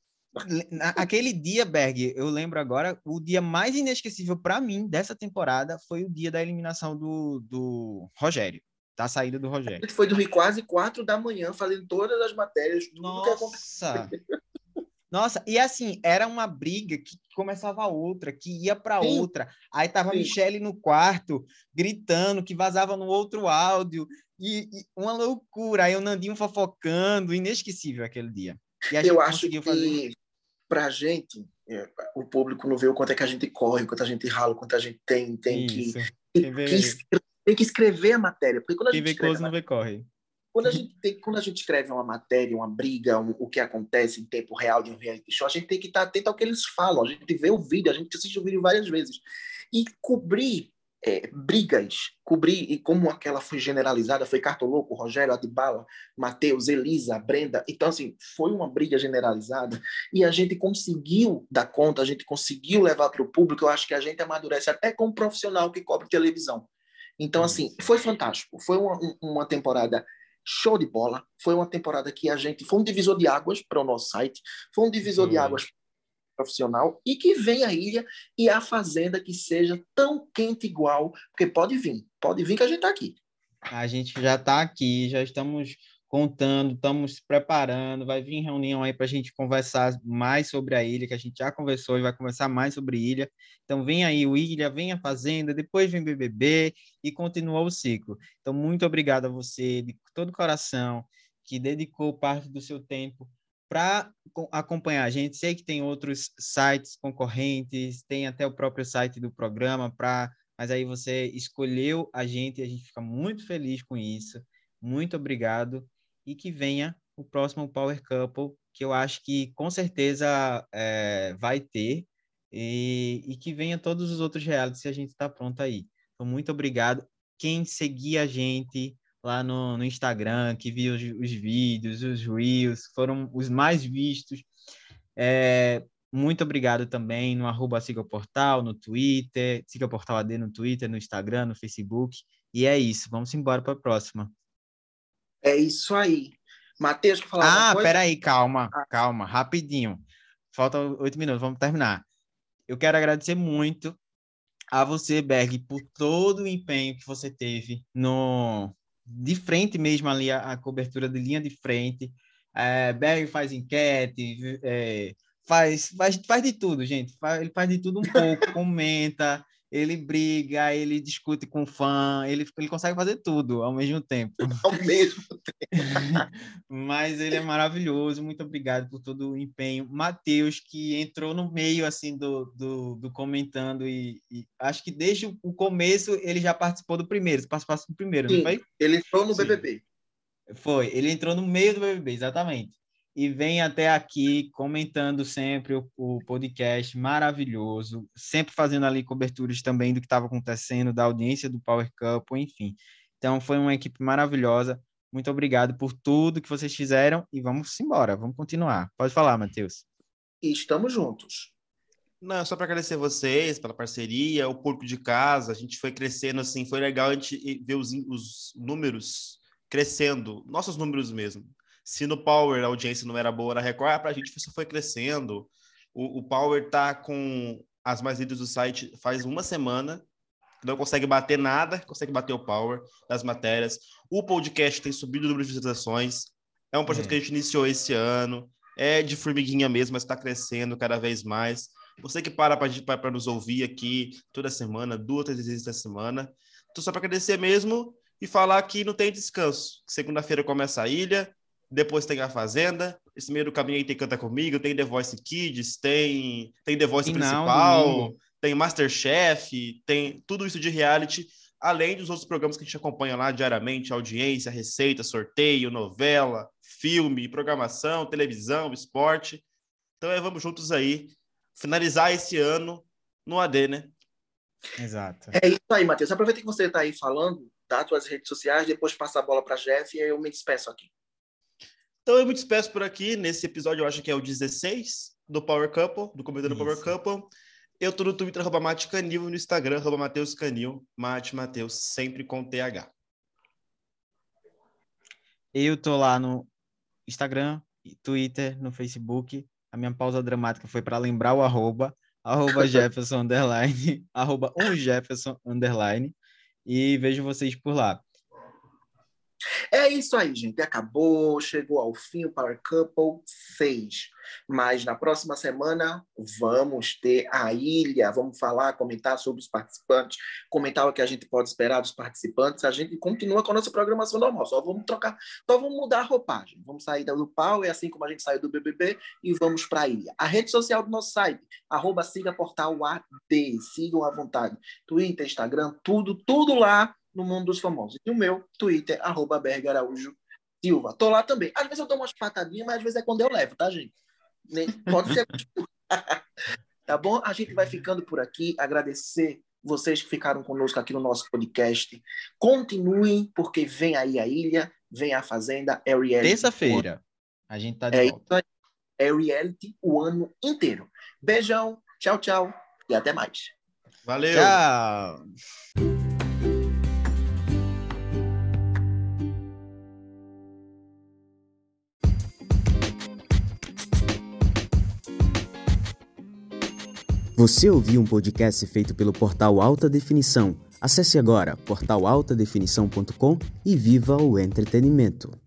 Aquele dia, Berg, eu lembro agora, o dia mais inesquecível para mim dessa temporada foi o dia da eliminação do, do Rogério, da saída do Rogério. A gente foi dormir quase quatro da manhã, fazendo todas as matérias, tudo Nossa. que aconteceu. Nossa, e assim, era uma briga que começava outra, que ia para outra. Aí tava a Michelle no quarto, gritando, que vazava no outro áudio, e, e uma loucura. Aí o Nandinho fofocando, inesquecível aquele dia. E a gente Eu acho conseguiu que, fazer... pra gente, é, o público não vê o quanto é que a gente corre, o quanto a gente rala, o quanto a gente tem, tem Isso. que, Quem vê... que escrever, tem que escrever a matéria. Porque quando a Quem gente vê escreve close não vê corre. Quando a, gente tem, quando a gente escreve uma matéria, uma briga, um, o que acontece em tempo real de um reality show, a gente tem que estar atento ao que eles falam, a gente vê o vídeo, a gente assiste o vídeo várias vezes. E cobrir é, brigas, cobrir, e como aquela foi generalizada, foi Cartoloco, Rogério, Adbala, Matheus, Elisa, Brenda, então assim, foi uma briga generalizada, e a gente conseguiu dar conta, a gente conseguiu levar para o público, eu acho que a gente amadurece até como profissional que cobre televisão. Então, assim, foi fantástico, foi uma, uma temporada show de bola. Foi uma temporada que a gente... Foi um divisor de águas para o nosso site. Foi um divisor foi. de águas profissional. E que venha a ilha e a fazenda que seja tão quente igual. Porque pode vir. Pode vir que a gente está aqui. A gente já está aqui. Já estamos contando, estamos preparando, vai vir reunião aí para a gente conversar mais sobre a ilha, que a gente já conversou e vai conversar mais sobre ilha. Então, vem aí o Ilha, vem a Fazenda, depois vem B B B e continua o ciclo. Então, muito obrigado a você, de todo o coração, que dedicou parte do seu tempo para acompanhar a gente. Sei que tem outros sites concorrentes, tem até o próprio site do programa, pra... mas aí você escolheu a gente e a gente fica muito feliz com isso. Muito obrigado. E que venha o próximo Power Couple, que eu acho que com certeza é, vai ter, e, e que venha todos os outros realities se a gente está pronto aí. Então, muito obrigado. Quem seguia a gente lá no, no Instagram, que viu os, os vídeos, os reels, foram os mais vistos. É, muito obrigado também no arroba Siga Portal, no Twitter, Siga Portal A D no Twitter, no Instagram, no Facebook. E é isso, vamos embora para a próxima. É isso aí. Matheus, quer falar alguma Ah, coisa? peraí, calma, Ah. calma, rapidinho. Falta oito minutos, vamos terminar. Eu quero agradecer muito a você, Berg, por todo o empenho que você teve no de frente mesmo ali, a, a cobertura de linha de frente. É, Berg faz enquete, é, faz, faz, faz de tudo, gente. Faz, ele faz de tudo um pouco, comenta, ele briga, ele discute com fã, ele, ele consegue fazer tudo ao mesmo tempo. Ao mesmo Mas ele é maravilhoso, muito obrigado por todo o empenho. Matheus, que entrou no meio assim do, do, do comentando e, e acho que desde o começo ele já participou do primeiro, participasse do primeiro, Sim, não foi? ele entrou no Sim. B B B. Foi, ele entrou no meio do B B B, exatamente. E vem até aqui comentando sempre o, o podcast maravilhoso, sempre fazendo ali coberturas também do que estava acontecendo, da audiência do Power Couple, enfim. Então foi uma equipe maravilhosa. Muito obrigado por tudo que vocês fizeram e vamos embora, vamos continuar. Pode falar, Matheus. E estamos juntos. Não, só para agradecer vocês pela parceria, o público de casa, a gente foi crescendo assim, foi legal a gente ver os, os números crescendo, nossos números mesmo. Se no Power a audiência não era boa na Record, para a gente isso foi crescendo. O, o Power tá com as mais lidas do site faz uma semana, não consegue bater nada, consegue bater o Power das matérias. O podcast tem subido o número de visualizações. É um projeto é. que a gente iniciou esse ano. É de formiguinha mesmo, mas está crescendo cada vez mais. Você que para para nos ouvir aqui toda semana, duas, três vezes da semana. Então, só para agradecer mesmo e falar que não tem descanso. Segunda-feira começa a Ilha, depois tem a Fazenda. Esse meio do caminho aí tem Canta Comigo, tem The Voice Kids, tem, tem The Voice Final, Principal, domingo. Tem Masterchef, tem tudo isso de reality, além dos outros programas que a gente acompanha lá diariamente, audiência, receita, sorteio, novela, filme, programação, televisão, esporte. Então, é, vamos juntos aí finalizar esse ano no A D, né? Exato. É isso aí, Matheus. Aproveita que você está aí falando, dá suas redes sociais, depois passa a bola para a Jeff e aí eu me despeço aqui. Então, eu me despeço por aqui. Nesse episódio, eu acho que é o dezesseis do Power Couple, do Comentando Power Couple. Eu tô no Twitter, arroba Mate Canil, e no Instagram, arroba Mateus Canil, Mate Mateus, sempre com T H. Eu tô lá no Instagram, Twitter, no Facebook. A minha pausa dramática foi para lembrar o arroba, arroba Jefferson underline, arroba um Jefferson underline, e vejo vocês por lá. É isso aí, gente. Acabou, chegou ao fim o Power Couple seis. Mas na próxima semana vamos ter a ilha, vamos falar, comentar sobre os participantes, comentar o que a gente pode esperar dos participantes. A gente continua com a nossa programação normal, só vamos trocar, só vamos mudar a roupagem. Vamos sair do Power, assim como a gente saiu do B B B, e vamos para a ilha. A rede social do nosso site, arroba Siga Portal A D, sigam à vontade. Twitter, Instagram, tudo, tudo lá no mundo dos famosos. E o meu Twitter, arroba Berg Araújo Silva. Tô lá também. Às vezes eu dou umas patadinhas, mas às vezes é quando eu levo, tá, gente? Pode ser. Tá bom? A gente vai ficando por aqui. Agradecer vocês que ficaram conosco aqui no nosso podcast. Continuem, porque vem aí a ilha, vem a Fazenda, é reality. Terça-feira. A gente tá de é volta. Isso, é reality o ano inteiro. Beijão, tchau, tchau e até mais. Valeu! Tchau! Você ouviu um podcast feito pelo Portal Alta Definição. Acesse agora portal alta definição ponto com e viva o entretenimento.